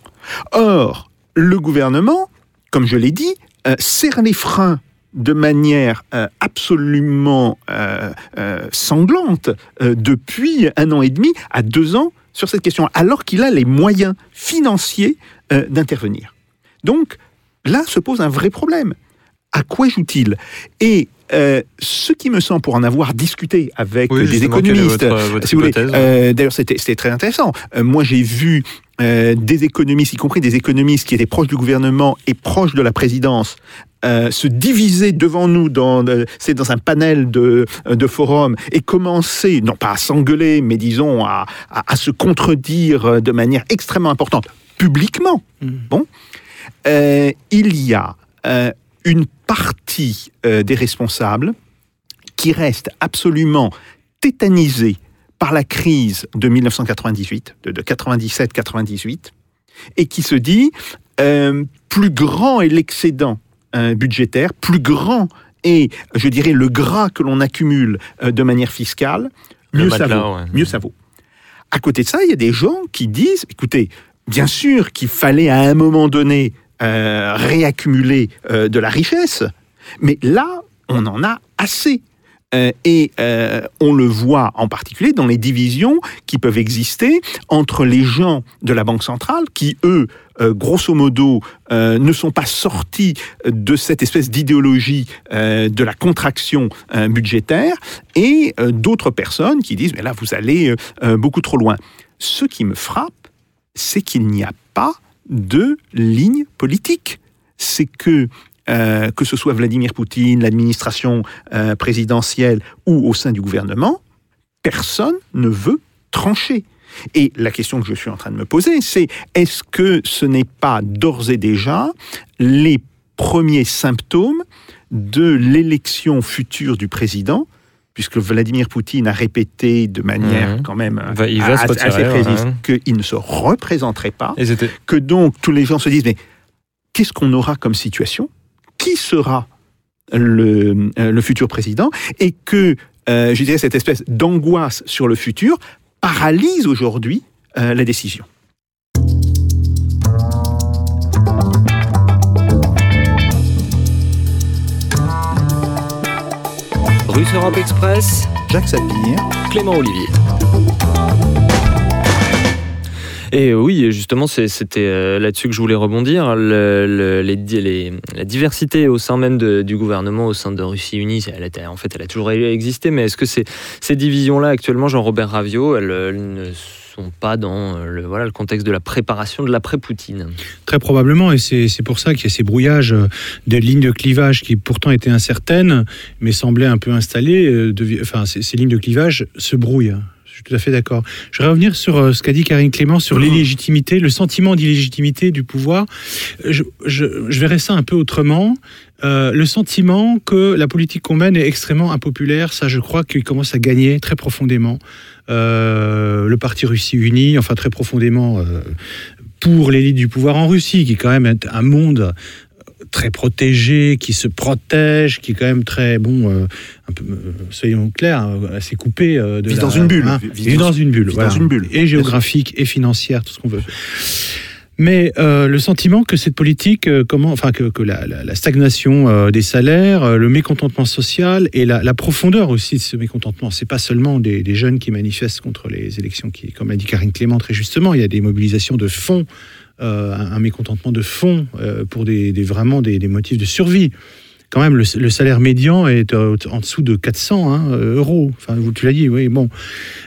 Speaker 3: Or, le gouvernement, comme je l'ai dit, euh, serre les freins de manière euh, absolument euh, euh, sanglante euh, depuis un an et demi à deux ans sur cette question, alors qu'il a les moyens financiers euh, d'intervenir. Donc, là se pose un vrai problème. À quoi joue-t-il ? Et euh, ce qui me semble, pour en avoir discuté avec
Speaker 7: oui,
Speaker 3: des économistes,
Speaker 7: votre, votre
Speaker 3: si vous voulez, euh, d'ailleurs c'était, c'était très intéressant. Euh, moi j'ai vu euh, des économistes, y compris des économistes qui étaient proches du gouvernement et proches de la présidence, euh, se diviser devant nous dans, euh, c'est dans un panel de, de forums et commencer, non pas à s'engueuler, mais disons à, à, à se contredire de manière extrêmement importante, publiquement. Mmh. Bon. Euh, il y a euh, une partie euh, des responsables qui reste absolument tétanisée par la crise de dix-neuf cent quatre-vingt-dix-huit, de, de quatre-vingt-dix-sept quatre-vingt-dix-huit, et qui se dit euh, plus grand est l'excédent euh, budgétaire, plus grand est, je dirais, le gras que l'on accumule euh, de manière fiscale, mieux ça vaut. Ouais. Mieux ça vaut. À côté de ça, il y a des gens qui disent, écoutez, bien sûr qu'il fallait à un moment donné euh, réaccumuler euh, de la richesse, mais là, on en a assez. Euh, et euh, on le voit en particulier dans les divisions qui peuvent exister entre les gens de la Banque centrale qui, eux, euh, grosso modo, euh, ne sont pas sortis de cette espèce d'idéologie euh, de la contraction euh, budgétaire, et euh, d'autres personnes qui disent « mais là, vous allez euh, beaucoup trop loin ». Ce qui me frappe, c'est qu'il n'y a pas de ligne politique. C'est que Euh, que ce soit Vladimir Poutine, l'administration euh, présidentielle ou au sein du gouvernement, personne ne veut trancher. Et la question que je suis en train de me poser, c'est est-ce que ce n'est pas d'ores et déjà les premiers symptômes de l'élection future du président, puisque Vladimir Poutine a répété de manière mmh. quand même
Speaker 7: va, il va
Speaker 3: assez,
Speaker 7: retirer,
Speaker 3: assez précise
Speaker 7: ouais.
Speaker 3: qu'il ne se représenterait pas, que donc tous les gens se disent mais qu'est-ce qu'on aura comme situation ? Qui sera le, euh, le futur président, et que, euh, je dirais, cette espèce d'angoisse sur le futur paralyse aujourd'hui euh, la décision.
Speaker 7: Russe Europe Express,
Speaker 3: Jacques Sapir,
Speaker 7: Clément Olivier. Et oui, justement, c'est, c'était là-dessus que je voulais rebondir. Le, le, les, les, la diversité au sein même de, du gouvernement, au sein de Russie Unie, elle était, en fait, elle a toujours existé. Mais est-ce que ces, ces divisions-là, actuellement, Jean-Robert Raviot, elles, elles ne sont pas dans le, voilà, le contexte de la préparation de l'après-Poutine.
Speaker 9: Très probablement, et c'est, c'est pour ça qu'il y a ces brouillages, des lignes de clivage qui pourtant étaient incertaines, mais semblaient un peu installées. De, enfin, ces, ces lignes de clivage se brouillent. Je suis tout à fait d'accord. Je vais revenir sur ce qu'a dit Karine Clément sur l'illégitimité, le sentiment d'illégitimité du pouvoir. Je, je, je verrais ça un peu autrement. Euh, le sentiment que la politique qu'on mène est extrêmement impopulaire, ça je crois qu'il commence à gagner très profondément. Euh, le parti Russie Unie, enfin très profondément euh, pour l'élite du pouvoir en Russie, qui est quand même un monde très protégé, qui se protège, qui est quand même très, bon, euh, un peu, euh, soyons clairs, assez coupé euh, de
Speaker 3: vit
Speaker 9: la...
Speaker 3: dans une bulle.
Speaker 9: Hein,
Speaker 3: vit
Speaker 9: vit dans une bulle,
Speaker 3: vit
Speaker 9: voilà.
Speaker 3: dans une bulle.
Speaker 9: Et géographique, et financière, tout ce qu'on veut. Mais euh, le sentiment que cette politique, euh, comment, enfin que, que la, la, la stagnation euh, des salaires, euh, le mécontentement social et la, la profondeur aussi de ce mécontentement, c'est pas seulement des, des jeunes qui manifestent contre les élections, qui, comme a dit Karine Clément très justement, il y a des mobilisations de fond, euh, un, un mécontentement de fond euh, pour des, des vraiment des, des motifs de survie. Quand même, le, le salaire médian est euh, en dessous de quatre cents hein, euros. Enfin, tu l'as dit, oui. Bon,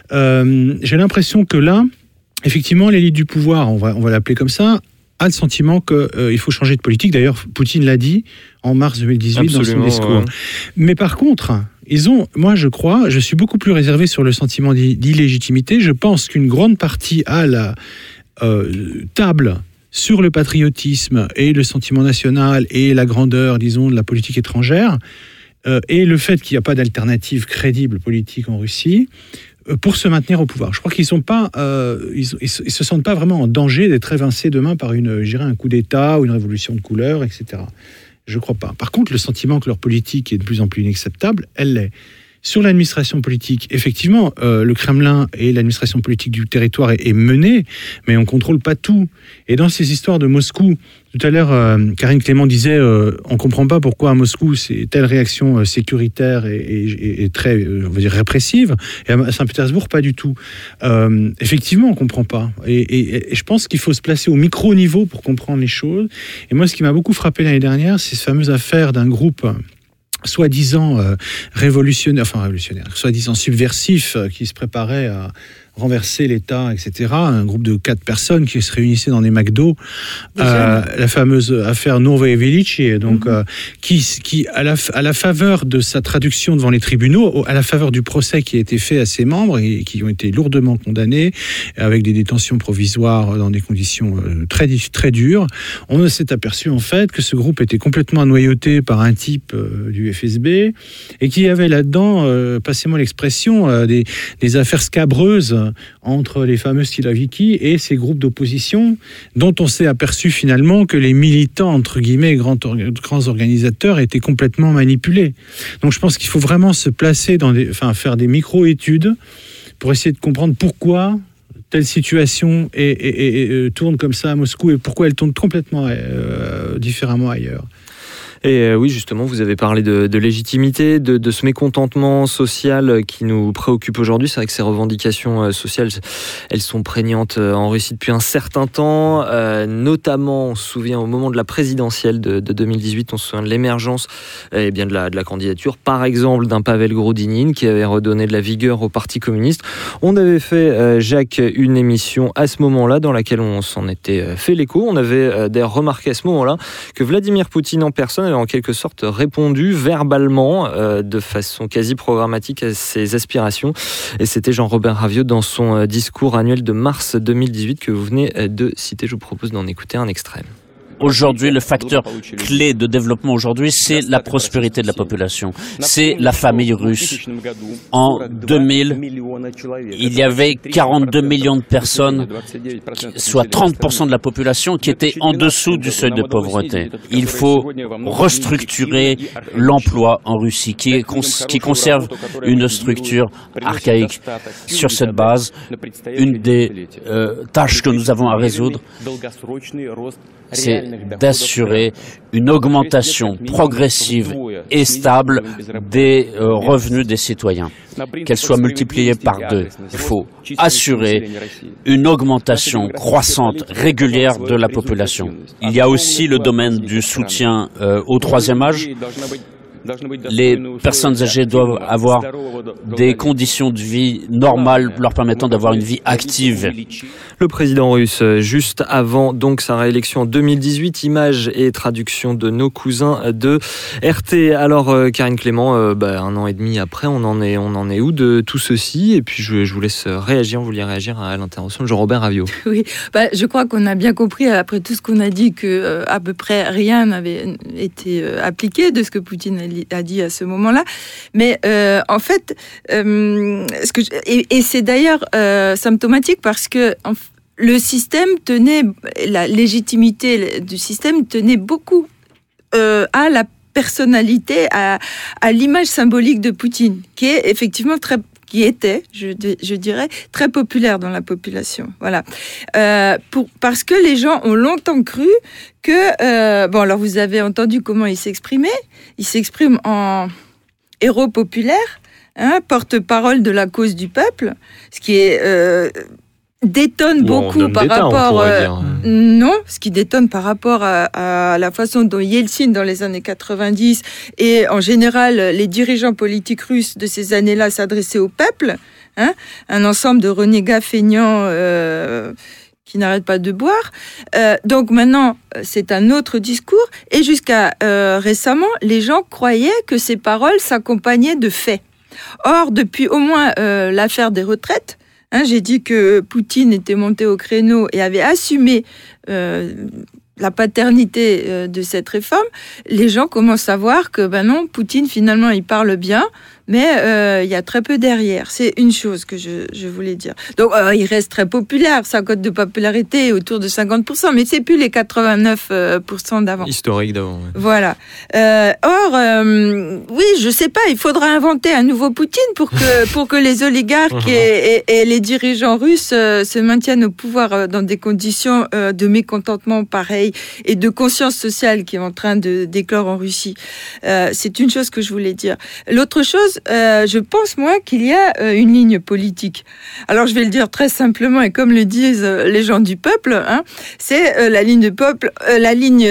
Speaker 9: euh, j'ai l'impression que là. Effectivement, l'élite du pouvoir, on va, on va l'appeler comme ça, a le sentiment qu'il euh, faut changer de politique. D'ailleurs, Poutine l'a dit en mars deux mille dix-huit Absolument, dans son discours. Ouais. Mais par contre, ils ont, moi je crois, je suis beaucoup plus réservé sur le sentiment d'illégitimité. Je pense qu'une grande partie à la euh, table sur le patriotisme et le sentiment national et la grandeur, disons, de la politique étrangère, euh, et le fait qu'il n'y a pas d'alternative crédible politique en Russie, pour se maintenir au pouvoir. Je crois qu'ils sont pas, euh, ils, ils, ils se sentent pas vraiment en danger d'être évincés demain par une, je dirais, un coup d'État ou une révolution de couleur, et cetera. Je crois pas. Par contre, le sentiment que leur politique est de plus en plus inacceptable, elle l'est. Sur l'administration politique, effectivement, euh, le Kremlin et l'administration politique du territoire est, est menée, mais on contrôle pas tout. Et dans ces histoires de Moscou, tout à l'heure, euh, Karine Clément disait, euh, on comprend pas pourquoi à Moscou c'est telle réaction euh, sécuritaire et, et, et très, euh, on va dire répressive, et à Saint-Pétersbourg pas du tout. Euh, effectivement, on comprend pas. Et, et, et je pense qu'il faut se placer au micro-niveau pour comprendre les choses. Et moi, ce qui m'a beaucoup frappé l'année dernière, c'est cette fameuse affaire d'un groupe soi-disant euh, révolutionnaire, enfin révolutionnaire, soi-disant subversif, euh, qui se préparait à renverser l'État, et cetera. Un groupe de quatre personnes qui se réunissaient dans des McDo. Euh, la fameuse affaire Novoye donc mm-hmm. euh, qui, qui à, la, à la faveur de sa traduction devant les tribunaux, à la faveur du procès qui a été fait à ses membres et qui ont été lourdement condamnés, avec des détentions provisoires dans des conditions euh, très, très dures, on s'est aperçu en fait que ce groupe était complètement noyauté par un type euh, du F S B et qui avait là-dedans, euh, passez-moi l'expression, euh, des, des affaires scabreuses entre les fameux Silaviki et ces groupes d'opposition dont on s'est aperçu finalement que les militants, entre guillemets, grands, grands organisateurs étaient complètement manipulés. Donc je pense qu'il faut vraiment se placer dans des, enfin faire des micro-études pour essayer de comprendre pourquoi telle situation est, est, est, est, tourne comme ça à Moscou et pourquoi elle tourne complètement euh, différemment ailleurs.
Speaker 7: Et euh, oui, justement, vous avez parlé de, de légitimité, de, de ce mécontentement social qui nous préoccupe aujourd'hui. C'est vrai que ces revendications euh, sociales, elles sont prégnantes euh, en Russie depuis un certain temps. Euh, notamment, on se souvient au moment de la présidentielle de, de deux mille dix-huit, on se souvient de l'émergence euh, eh bien de, la, de la candidature, par exemple, d'un Pavel Grudinin qui avait redonné de la vigueur au Parti communiste. On avait fait, euh, Jacques, une émission à ce moment-là dans laquelle on s'en était euh, fait l'écho. On avait euh, d'ailleurs remarqué à ce moment-là que Vladimir Poutine en personne avait en quelque sorte répondu verbalement euh, de façon quasi programmatique à ses aspirations. Et c'était Jean-Robert Raviot dans son euh, discours annuel de mars deux mille dix-huit que vous venez de citer. Je vous propose d'en écouter un extrait.
Speaker 10: Aujourd'hui, le facteur clé de développement aujourd'hui, c'est la prospérité de la population. C'est la famille russe. En deux mille, il y avait quarante-deux millions de personnes, soit trente pour cent de la population, qui étaient en dessous du seuil de pauvreté. Il faut restructurer l'emploi en Russie, qui, est, qui conserve une structure archaïque. Sur cette base, une des euh, tâches que nous avons à résoudre, c'est d'assurer une augmentation progressive et stable des euh, revenus des citoyens, qu'elle soit multipliée par deux. Il faut assurer une augmentation croissante, régulière de la population. Il y a aussi le domaine du soutien euh, au troisième âge. Les personnes âgées doivent avoir des conditions de vie normales leur permettant d'avoir une vie active.
Speaker 7: Le président russe, juste avant donc sa réélection en deux mille dix-huit, images et traduction de nos cousins de R T. Alors euh, Karine Clément, euh, bah, un an et demi après, on en est, on en est où de tout ceci? Et puis je, je vous laisse réagir, vous vouliez réagir à l'intervention de Jean-Robert Raviot.
Speaker 1: Oui, bah, je crois qu'on a bien compris après tout ce qu'on a dit que euh, à peu près rien n'avait été euh, appliqué de ce que Poutine a dit à ce moment-là. Mais euh, en fait, euh, ce que je, et, et c'est d'ailleurs euh, symptomatique parce que en, le système tenait, la légitimité du système tenait beaucoup euh, à la personnalité, à, à l'image symbolique de Poutine, qui est effectivement très, qui était, je, je dirais, très populaire dans la population. Voilà, euh, pour, parce que les gens ont longtemps cru que, euh, bon, alors vous avez entendu comment il s'exprimait. Il s'exprime en héros populaire, hein, porte-parole de la cause du peuple, ce qui est euh, détonne beaucoup par rapport euh, non ce qui détonne par rapport à, à la façon dont Yeltsin dans les années quatre-vingt-dix et en général les dirigeants politiques russes de ces années-là s'adressaient au peuple, hein, un ensemble de renégats feignants euh, qui n'arrêtent pas de boire. Euh, donc maintenant, c'est un autre discours et jusqu'à euh, récemment, les gens croyaient que ces paroles s'accompagnaient de faits. Or, depuis au moins euh, l'affaire des retraites, Hein, j'ai dit que Poutine était monté au créneau et avait assumé euh, la paternité euh, de cette réforme. Les gens commencent à voir que ben non, Poutine finalement il parle bien, mais euh, il y a très peu derrière. C'est une chose que je, je voulais dire. Donc euh, il reste très populaire, sa cote de popularité est autour de cinquante pour cent, mais c'est plus les quatre-vingt-neuf pour cent d'avant.
Speaker 7: Historique d'avant. Ouais.
Speaker 1: Voilà. Euh, or, euh, oui, je sais pas, il faudra inventer un nouveau Poutine pour que pour que les oligarques et, et, et les dirigeants russes euh, se maintiennent au pouvoir euh, dans des conditions euh, de mécontentement pareil et de conscience sociale qui est en train de d'éclore en Russie. Euh, c'est une chose que je voulais dire. L'autre chose, Euh, je pense, moi, qu'il y a euh, une ligne politique. Alors, je vais le dire très simplement, et comme le disent euh, les gens du peuple, hein, c'est euh, la ligne de peuple, euh, la ligne...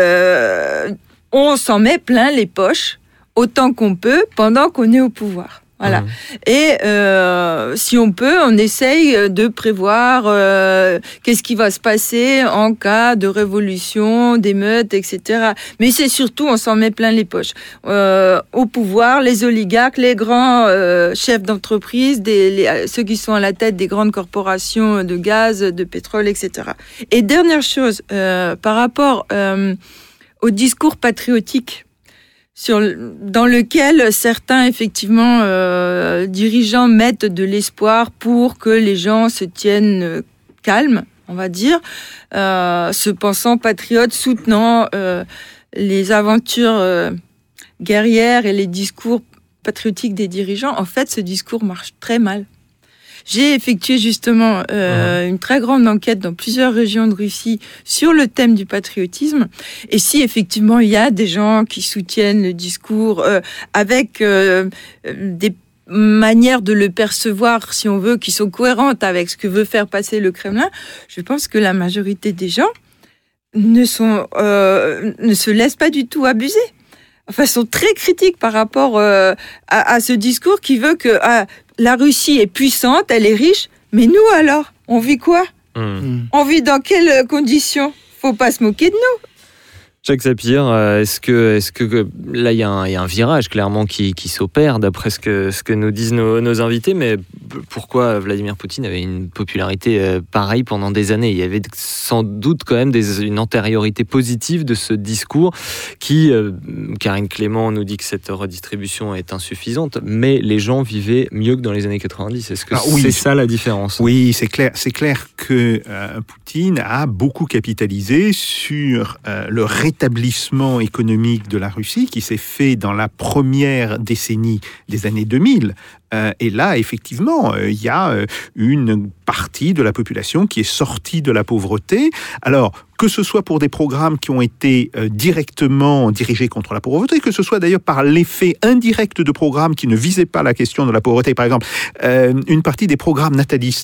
Speaker 1: Euh, on s'en met plein les poches, autant qu'on peut, pendant qu'on est au pouvoir. Voilà. Mmh. Et euh, si on peut, on essaye de prévoir euh, qu'est-ce qui va se passer en cas de révolution, d'émeutes, et cetera. Mais c'est surtout, on s'en met plein les poches. Euh, au pouvoir, les oligarques, les grands euh, chefs d'entreprise, des, les, ceux qui sont à la tête des grandes corporations de gaz, de pétrole, et cetera. Et dernière chose, euh, par rapport euh, au discours patriotique, Sur, dans lequel certains, effectivement, euh, dirigeants mettent de l'espoir pour que les gens se tiennent calmes, on va dire, euh, se pensant patriotes, soutenant euh, les aventures euh, guerrières et les discours patriotiques des dirigeants. En fait, ce discours marche très mal. J'ai effectué justement euh, une très grande enquête dans plusieurs régions de Russie sur le thème du patriotisme. Et si effectivement il y a des gens qui soutiennent le discours euh, avec euh, des manières de le percevoir, si on veut, qui sont cohérentes avec ce que veut faire passer le Kremlin, je pense que la majorité des gens ne sont euh, ne se laissent pas du tout abuser. Enfin, sont très critiques par rapport euh, à, à ce discours qui veut que ah, la Russie est puissante, elle est riche, mais nous alors, on vit quoi ? mmh. On vit dans quelles conditions ? Faut pas se moquer de nous.
Speaker 7: Jacques Sapir, est-ce que, est-ce que là il y, y a un virage clairement qui, qui s'opère d'après ce que, ce que nous disent nos, nos invités, mais pourquoi Vladimir Poutine avait une popularité pareille pendant des années ? Il y avait sans doute quand même des, une antériorité positive de ce discours qui, euh, Karine Clément nous dit que cette redistribution est insuffisante, mais les gens vivaient mieux que dans les années quatre-vingt-dix. Est-ce que ah, oui. c'est ça la différence ?
Speaker 3: Oui, c'est clair, c'est clair que euh, Poutine a beaucoup capitalisé sur euh, le rétablissement économique de la Russie qui s'est fait dans la première décennie des années deux mille. Euh, et là, effectivement, il euh, y a euh, une partie de la population qui est sortie de la pauvreté. Alors, que ce soit pour des programmes qui ont été euh, directement dirigés contre la pauvreté, que ce soit d'ailleurs par l'effet indirect de programmes qui ne visaient pas la question de la pauvreté. Par exemple, euh, une partie des programmes natalistes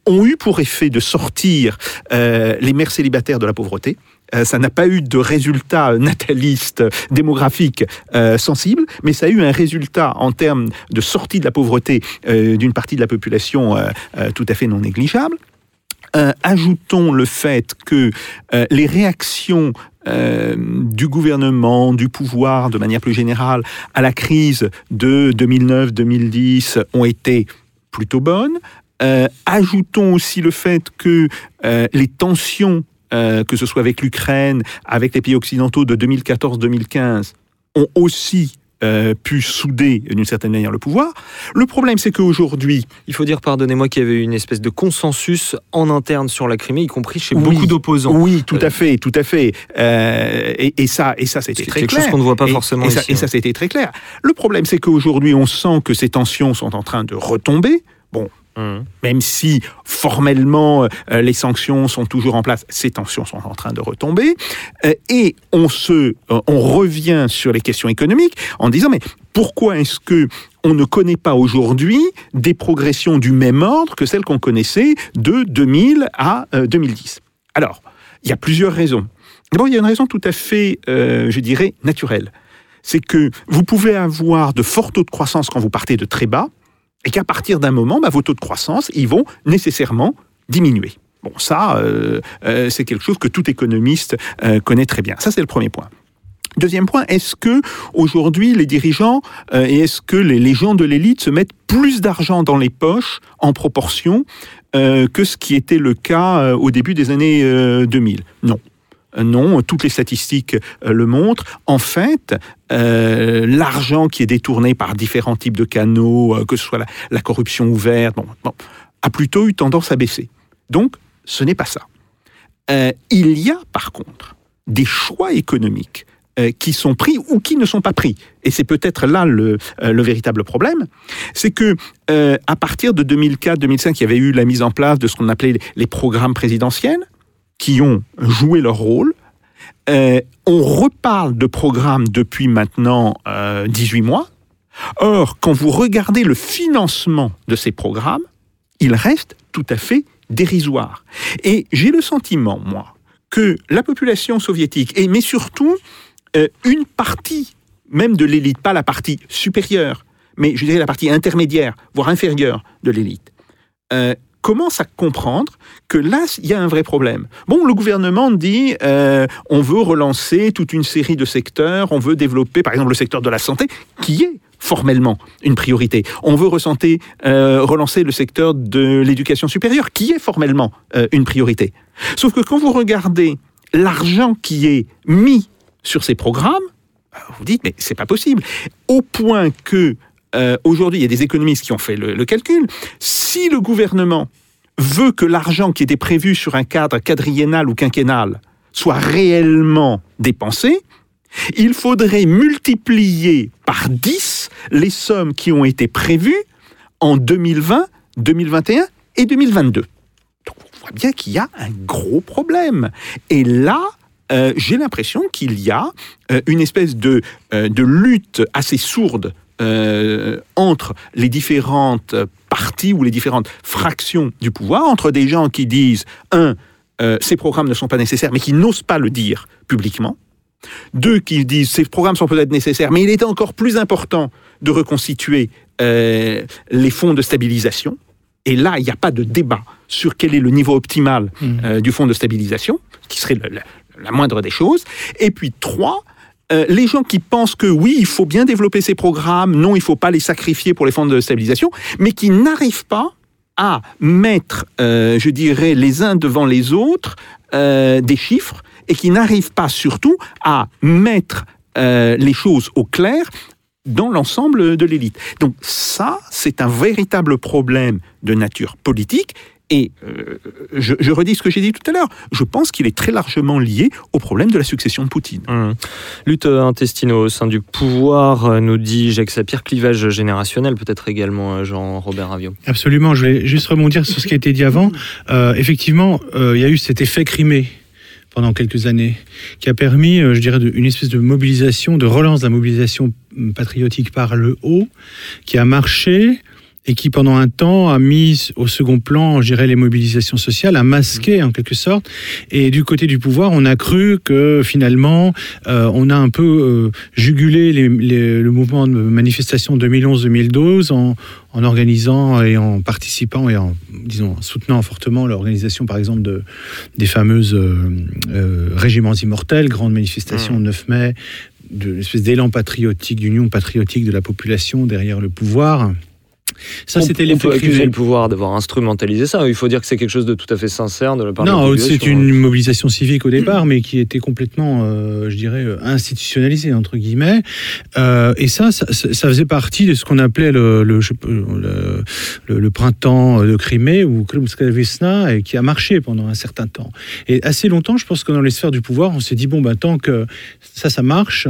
Speaker 3: ont eu pour effet de sortir euh, les mères célibataires de la pauvreté. Euh, ça n'a pas eu de résultat nataliste, démographique euh, sensible, mais ça a eu un résultat en termes de sortie de la pauvreté euh, d'une partie de la population euh, euh, tout à fait non négligeable. Euh, ajoutons le fait que euh, les réactions euh, du gouvernement, du pouvoir, de manière plus générale, à la crise de deux mille neuf deux mille dix ont été plutôt bonnes. Euh, ajoutons aussi le fait que euh, les tensions, euh, que ce soit avec l'Ukraine, avec les pays occidentaux de deux mille quatorze deux mille quinze, ont aussi Euh, pu souder d'une certaine manière le pouvoir. Le problème, c'est qu'aujourd'hui...
Speaker 7: Il faut dire, pardonnez-moi, qu'il y avait eu une espèce de consensus en interne sur la Crimée, y compris chez
Speaker 3: oui,
Speaker 7: beaucoup d'opposants.
Speaker 3: Oui, tout à fait, tout à fait. Euh, et, et ça, et ça, c'était très
Speaker 7: quelque
Speaker 3: clair.
Speaker 7: Quelque chose qu'on ne voit pas
Speaker 3: et,
Speaker 7: forcément
Speaker 3: et
Speaker 7: ici.
Speaker 3: Ça, et ça, c'était très clair. Le problème, c'est qu'aujourd'hui, on sent que ces tensions sont en train de retomber. Bon, Mmh. Même si formellement euh, les sanctions sont toujours en place, ces tensions sont en train de retomber. Euh, et on se, euh, on revient sur les questions économiques en disant mais pourquoi est-ce que on ne connaît pas aujourd'hui des progressions du même ordre que celles qu'on connaissait de deux mille à euh, deux mille dix? Alors, il y a plusieurs raisons. D'abord, il y a une raison tout à fait, euh, je dirais, naturelle. C'est que vous pouvez avoir de forts taux de croissance quand vous partez de très bas, et qu'à partir d'un moment, bah, vos taux de croissance, ils vont nécessairement diminuer. Bon, ça, euh, euh, c'est quelque chose que tout économiste euh, connaît très bien. Ça, c'est le premier point. Deuxième point, est-ce que aujourd'hui les dirigeants euh, et est-ce que les, les gens de l'élite se mettent plus d'argent dans les poches en proportion euh, que ce qui était le cas euh, au début des années euh, deux mille? Non. Non, toutes les statistiques euh, le montrent. En fait, euh, l'argent qui est détourné par différents types de canaux, euh, que ce soit la, la corruption ouverte, bon, bon, a plutôt eu tendance à baisser. Donc, ce n'est pas ça. Euh, il y a, par contre, des choix économiques euh, qui sont pris ou qui ne sont pas pris. Et c'est peut-être là le, euh, le véritable problème. C'est que euh, à partir de deux mille quatre deux mille cinq, il y avait eu la mise en place de ce qu'on appelait les, les programmes présidentiels, qui ont joué leur rôle. Euh, on reparle de programmes depuis maintenant euh, dix-huit mois. Or, quand vous regardez le financement de ces programmes, il reste tout à fait dérisoire. Et j'ai le sentiment, moi, que la population soviétique, et, mais surtout euh, une partie même de l'élite, pas la partie supérieure, mais je dirais la partie intermédiaire, voire inférieure de l'élite, euh, commence à comprendre que là, il y a un vrai problème. Bon, le gouvernement dit euh, on veut relancer toute une série de secteurs, on veut développer, par exemple, le secteur de la santé, qui est formellement une priorité. On veut relancer, euh, relancer le secteur de l'éducation supérieure, qui est formellement euh, une priorité. Sauf que quand vous regardez l'argent qui est mis sur ces programmes, vous dites, mais c'est pas possible. Au point que Euh, aujourd'hui, il y a des économistes qui ont fait le, le calcul. Si le gouvernement veut que l'argent qui était prévu sur un cadre quadriennal ou quinquennal soit réellement dépensé, il faudrait multiplier par dix les sommes qui ont été prévues en deux mille vingt, deux mille vingt et un et deux mille vingt-deux. Donc on voit bien qu'il y a un gros problème. Et là, euh, j'ai l'impression qu'il y a euh, une espèce de, euh, de lutte assez sourde Euh, entre les différentes parties ou les différentes fractions du pouvoir, entre des gens qui disent, un, euh, ces programmes ne sont pas nécessaires, mais qui n'osent pas le dire publiquement, deux, qui disent, ces programmes sont peut-être nécessaires, mais il est encore plus important de reconstituer euh, les fonds de stabilisation, et là, il n'y a pas de débat sur quel est le niveau optimal mmh. euh, du fonds de stabilisation, qui serait le, la, la moindre des choses, et puis trois, Euh, les gens qui pensent que oui, il faut bien développer ces programmes, non, il ne faut pas les sacrifier pour les fonds de stabilisation, mais qui n'arrivent pas à mettre, euh, je dirais, les uns devant les autres euh, des chiffres et qui n'arrivent pas surtout à mettre euh, les choses au clair dans l'ensemble de l'élite. Donc ça, c'est un véritable problème de nature politique. Et euh, je, je redis ce que j'ai dit tout à l'heure. Je pense qu'il est très largement lié au problème de la succession de Poutine.
Speaker 7: Mmh. Lutte intestinale au sein du pouvoir, nous dit Jacques Sapir. Clivage générationnel, peut-être également, Jean-Robert Ravio.
Speaker 9: Absolument. Je vais juste rebondir sur ce qui a été dit avant. Euh, effectivement, euh, il y a eu cet effet Crimée pendant quelques années, qui a permis, euh, je dirais, de, une espèce de mobilisation, de relance de la mobilisation patriotique par le haut, qui a marché et qui pendant un temps a mis au second plan, je dirais, les mobilisations sociales, a masqué en quelque sorte. Et du côté du pouvoir, on a cru que finalement, euh, on a un peu euh, jugulé les, les, le mouvement de manifestation deux mille onze deux mille douze en, en organisant et en participant et en, disons, en soutenant fortement l'organisation, par exemple, de, des fameuses euh, euh, régiments immortels, grandes manifestations le neuf mai, de l'espèce d'élan patriotique, d'union patriotique de la population derrière le pouvoir. Ça,
Speaker 7: on,
Speaker 9: c'était
Speaker 7: on peut accuser
Speaker 9: privé.
Speaker 7: le pouvoir d'avoir instrumentalisé ça. Il faut dire que c'est quelque chose de tout à fait sincère de la part de la population.
Speaker 9: Non, c'est une mobilisation civique au départ, mais qui était complètement, euh, je dirais, institutionnalisée, entre guillemets. Euh, et ça, ça, ça faisait partie de ce qu'on appelait le, le, le, le, le printemps de Crimée, ou Krymska Vesna, et qui a marché pendant un certain temps. Et assez longtemps, je pense que dans les sphères du pouvoir, on s'est dit, bon, ben, tant que ça, ça marche,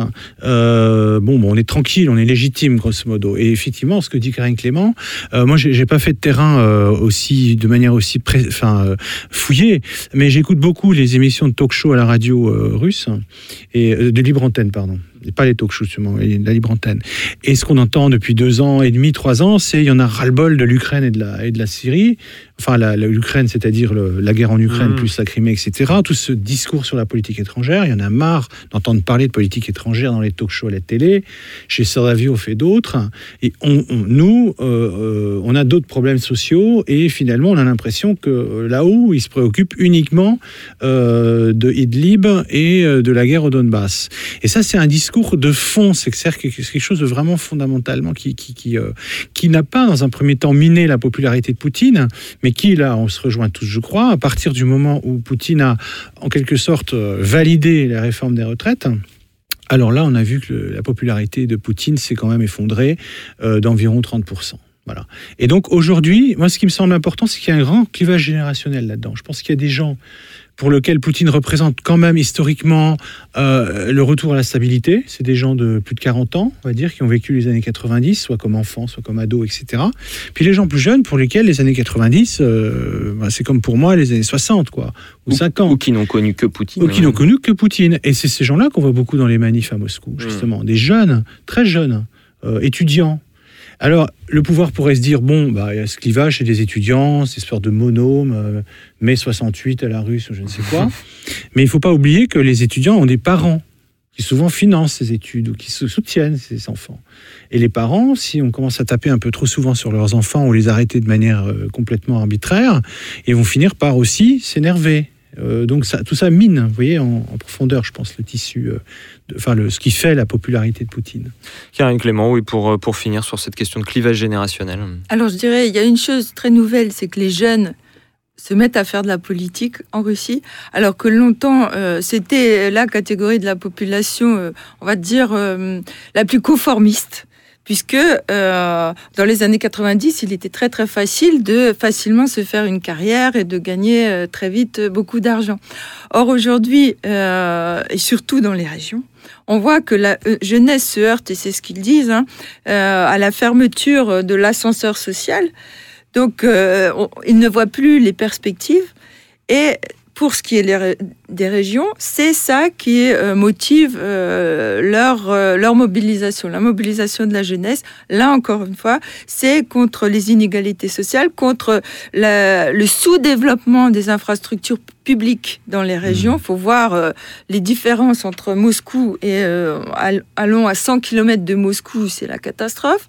Speaker 9: euh, bon, bon, on est tranquille, on est légitime, grosso modo. Et effectivement, ce que dit Karine Clément, Euh, moi, j'ai, j'ai pas fait de terrain euh, aussi de manière aussi pré- enfin, euh, fouillée, mais j'écoute beaucoup les émissions de talk-show à la radio euh, russe et euh, de libre antenne, pardon. Et pas les talk-shows, justement, la libre antenne. Et ce qu'on entend depuis deux ans et demi, trois ans, c'est il y en a ras-le-bol de l'Ukraine et de la, et de la Syrie. Enfin, la, la, l'Ukraine, c'est-à-dire le, la guerre en Ukraine, mmh. plus la Crimée, et cetera. Tout ce discours sur la politique étrangère, il y en a marre d'entendre parler de politique étrangère dans les talk-shows à la télé, chez Saraviov et d'autres. Et on, on, nous, euh, euh, on a d'autres problèmes sociaux, et finalement, on a l'impression que là-haut, ils se préoccupent uniquement euh, de Idlib et de la guerre au Donbass. Et ça, c'est un discours de fond, c'est quelque chose de vraiment fondamentalement qui, qui, qui, euh, qui n'a pas, dans un premier temps, miné la popularité de Poutine, mais qui, là, on se rejoint tous, je crois, à partir du moment où Poutine a, en quelque sorte, validé la réforme des retraites. Alors là, on a vu que le, la popularité de Poutine s'est quand même effondrée euh, d'environ trente pour cent. Voilà. Et donc, aujourd'hui, moi, ce qui me semble important, c'est qu'il y a un grand clivage générationnel là-dedans. Je pense qu'il y a des gens pour lequel Poutine représente quand même historiquement euh, le retour à la stabilité. C'est des gens de plus de quarante ans, on va dire, qui ont vécu les années quatre-vingt-dix, soit comme enfants, soit comme ados, et cetera. Puis les gens plus jeunes, pour lesquels les années quatre-vingt-dix, euh, bah, c'est comme pour moi les années soixante, quoi, ou, ou cinquante.
Speaker 7: Ou qui n'ont connu que Poutine.
Speaker 9: Ou qui n'ont connu que Poutine. Et c'est ces gens-là qu'on voit beaucoup dans les manifs à Moscou, justement. Mmh. Des jeunes, très jeunes, euh, étudiants. Alors, le pouvoir pourrait se dire, bon, bah, il y a ce clivage chez des étudiants, c'est une sorte de monôme, euh, mai soixante-huit à la russe, ou je ne sais quoi. Mais il ne faut pas oublier que les étudiants ont des parents qui souvent financent ces études ou qui soutiennent ces enfants. Et les parents, si on commence à taper un peu trop souvent sur leurs enfants ou les arrêter de manière euh, complètement arbitraire, ils vont finir par aussi s'énerver. Euh, donc ça, tout ça mine, vous voyez, en, en profondeur, je pense, le tissu, euh, de, enfin le, ce qui fait la popularité de Poutine.
Speaker 7: Karine Clément, oui, pour, pour finir sur cette question de clivage générationnel.
Speaker 1: Alors je dirais, il y a une chose très nouvelle, c'est que les jeunes se mettent à faire de la politique en Russie, alors que longtemps, euh, c'était la catégorie de la population, euh, on va dire, euh, la plus conformiste. Puisque euh, dans les années quatre-vingt-dix, il était très très facile de facilement se faire une carrière et de gagner euh, très vite euh, beaucoup d'argent. Or aujourd'hui, euh, et surtout dans les régions, on voit que la euh, jeunesse se heurte, et c'est ce qu'ils disent, hein, euh, à la fermeture de l'ascenseur social. Donc euh, on, ils ne voient plus les perspectives. Et pour ce qui est les, des régions, c'est ça qui euh, motive euh, leur, euh, leur mobilisation, la mobilisation de la jeunesse. Là, encore une fois, c'est contre les inégalités sociales, contre la, le sous-développement des infrastructures publiques dans les régions. Il faut voir euh, les différences entre Moscou et euh, allons à cent kilomètres de Moscou, c'est la catastrophe.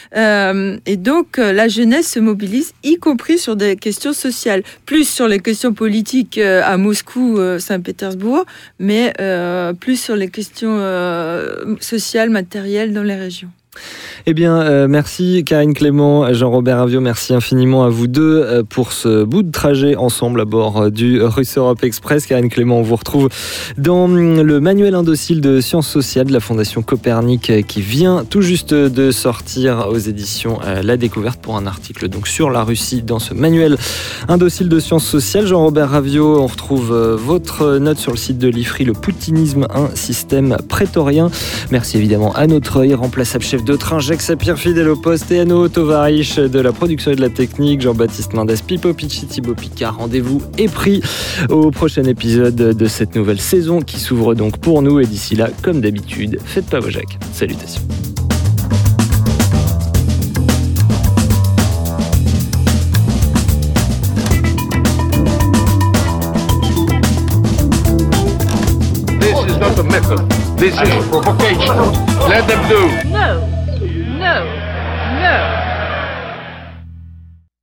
Speaker 1: Euh, et donc, euh, la jeunesse se mobilise, y compris sur des questions sociales, plus sur les questions politiques euh, à Moscou, euh, Saint-Pétersbourg, mais euh, plus sur les questions euh, sociales, matérielles dans les régions.
Speaker 7: Eh bien, euh, merci Karine Clément, Jean-Robert Ravio, merci infiniment à vous deux euh, pour ce bout de trajet ensemble à bord euh, du Russe Europe Express. Karine Clément, on vous retrouve dans le manuel indocile de sciences sociales de la Fondation Copernic euh, qui vient tout juste de sortir aux éditions euh, La Découverte pour un article donc sur la Russie dans ce manuel indocile de sciences sociales. Jean-Robert Ravio, on retrouve euh, votre note sur le site de l'I F R I, le poutinisme, un système prétorien. Merci évidemment à notre irremplaçable chef de train Jacques Sapir, fidèle au poste, et à nos tovariches de la production et de la technique, Jean-Baptiste Mendes, Pipo Picci, Thibaut Picard. Rendez-vous est pris au prochain épisode de cette nouvelle saison qui s'ouvre donc pour nous, et d'ici là, comme d'habitude, faites pas vos Jacques. Salutations.
Speaker 11: Listen, this is provocation. Let them do.
Speaker 5: No, no, no.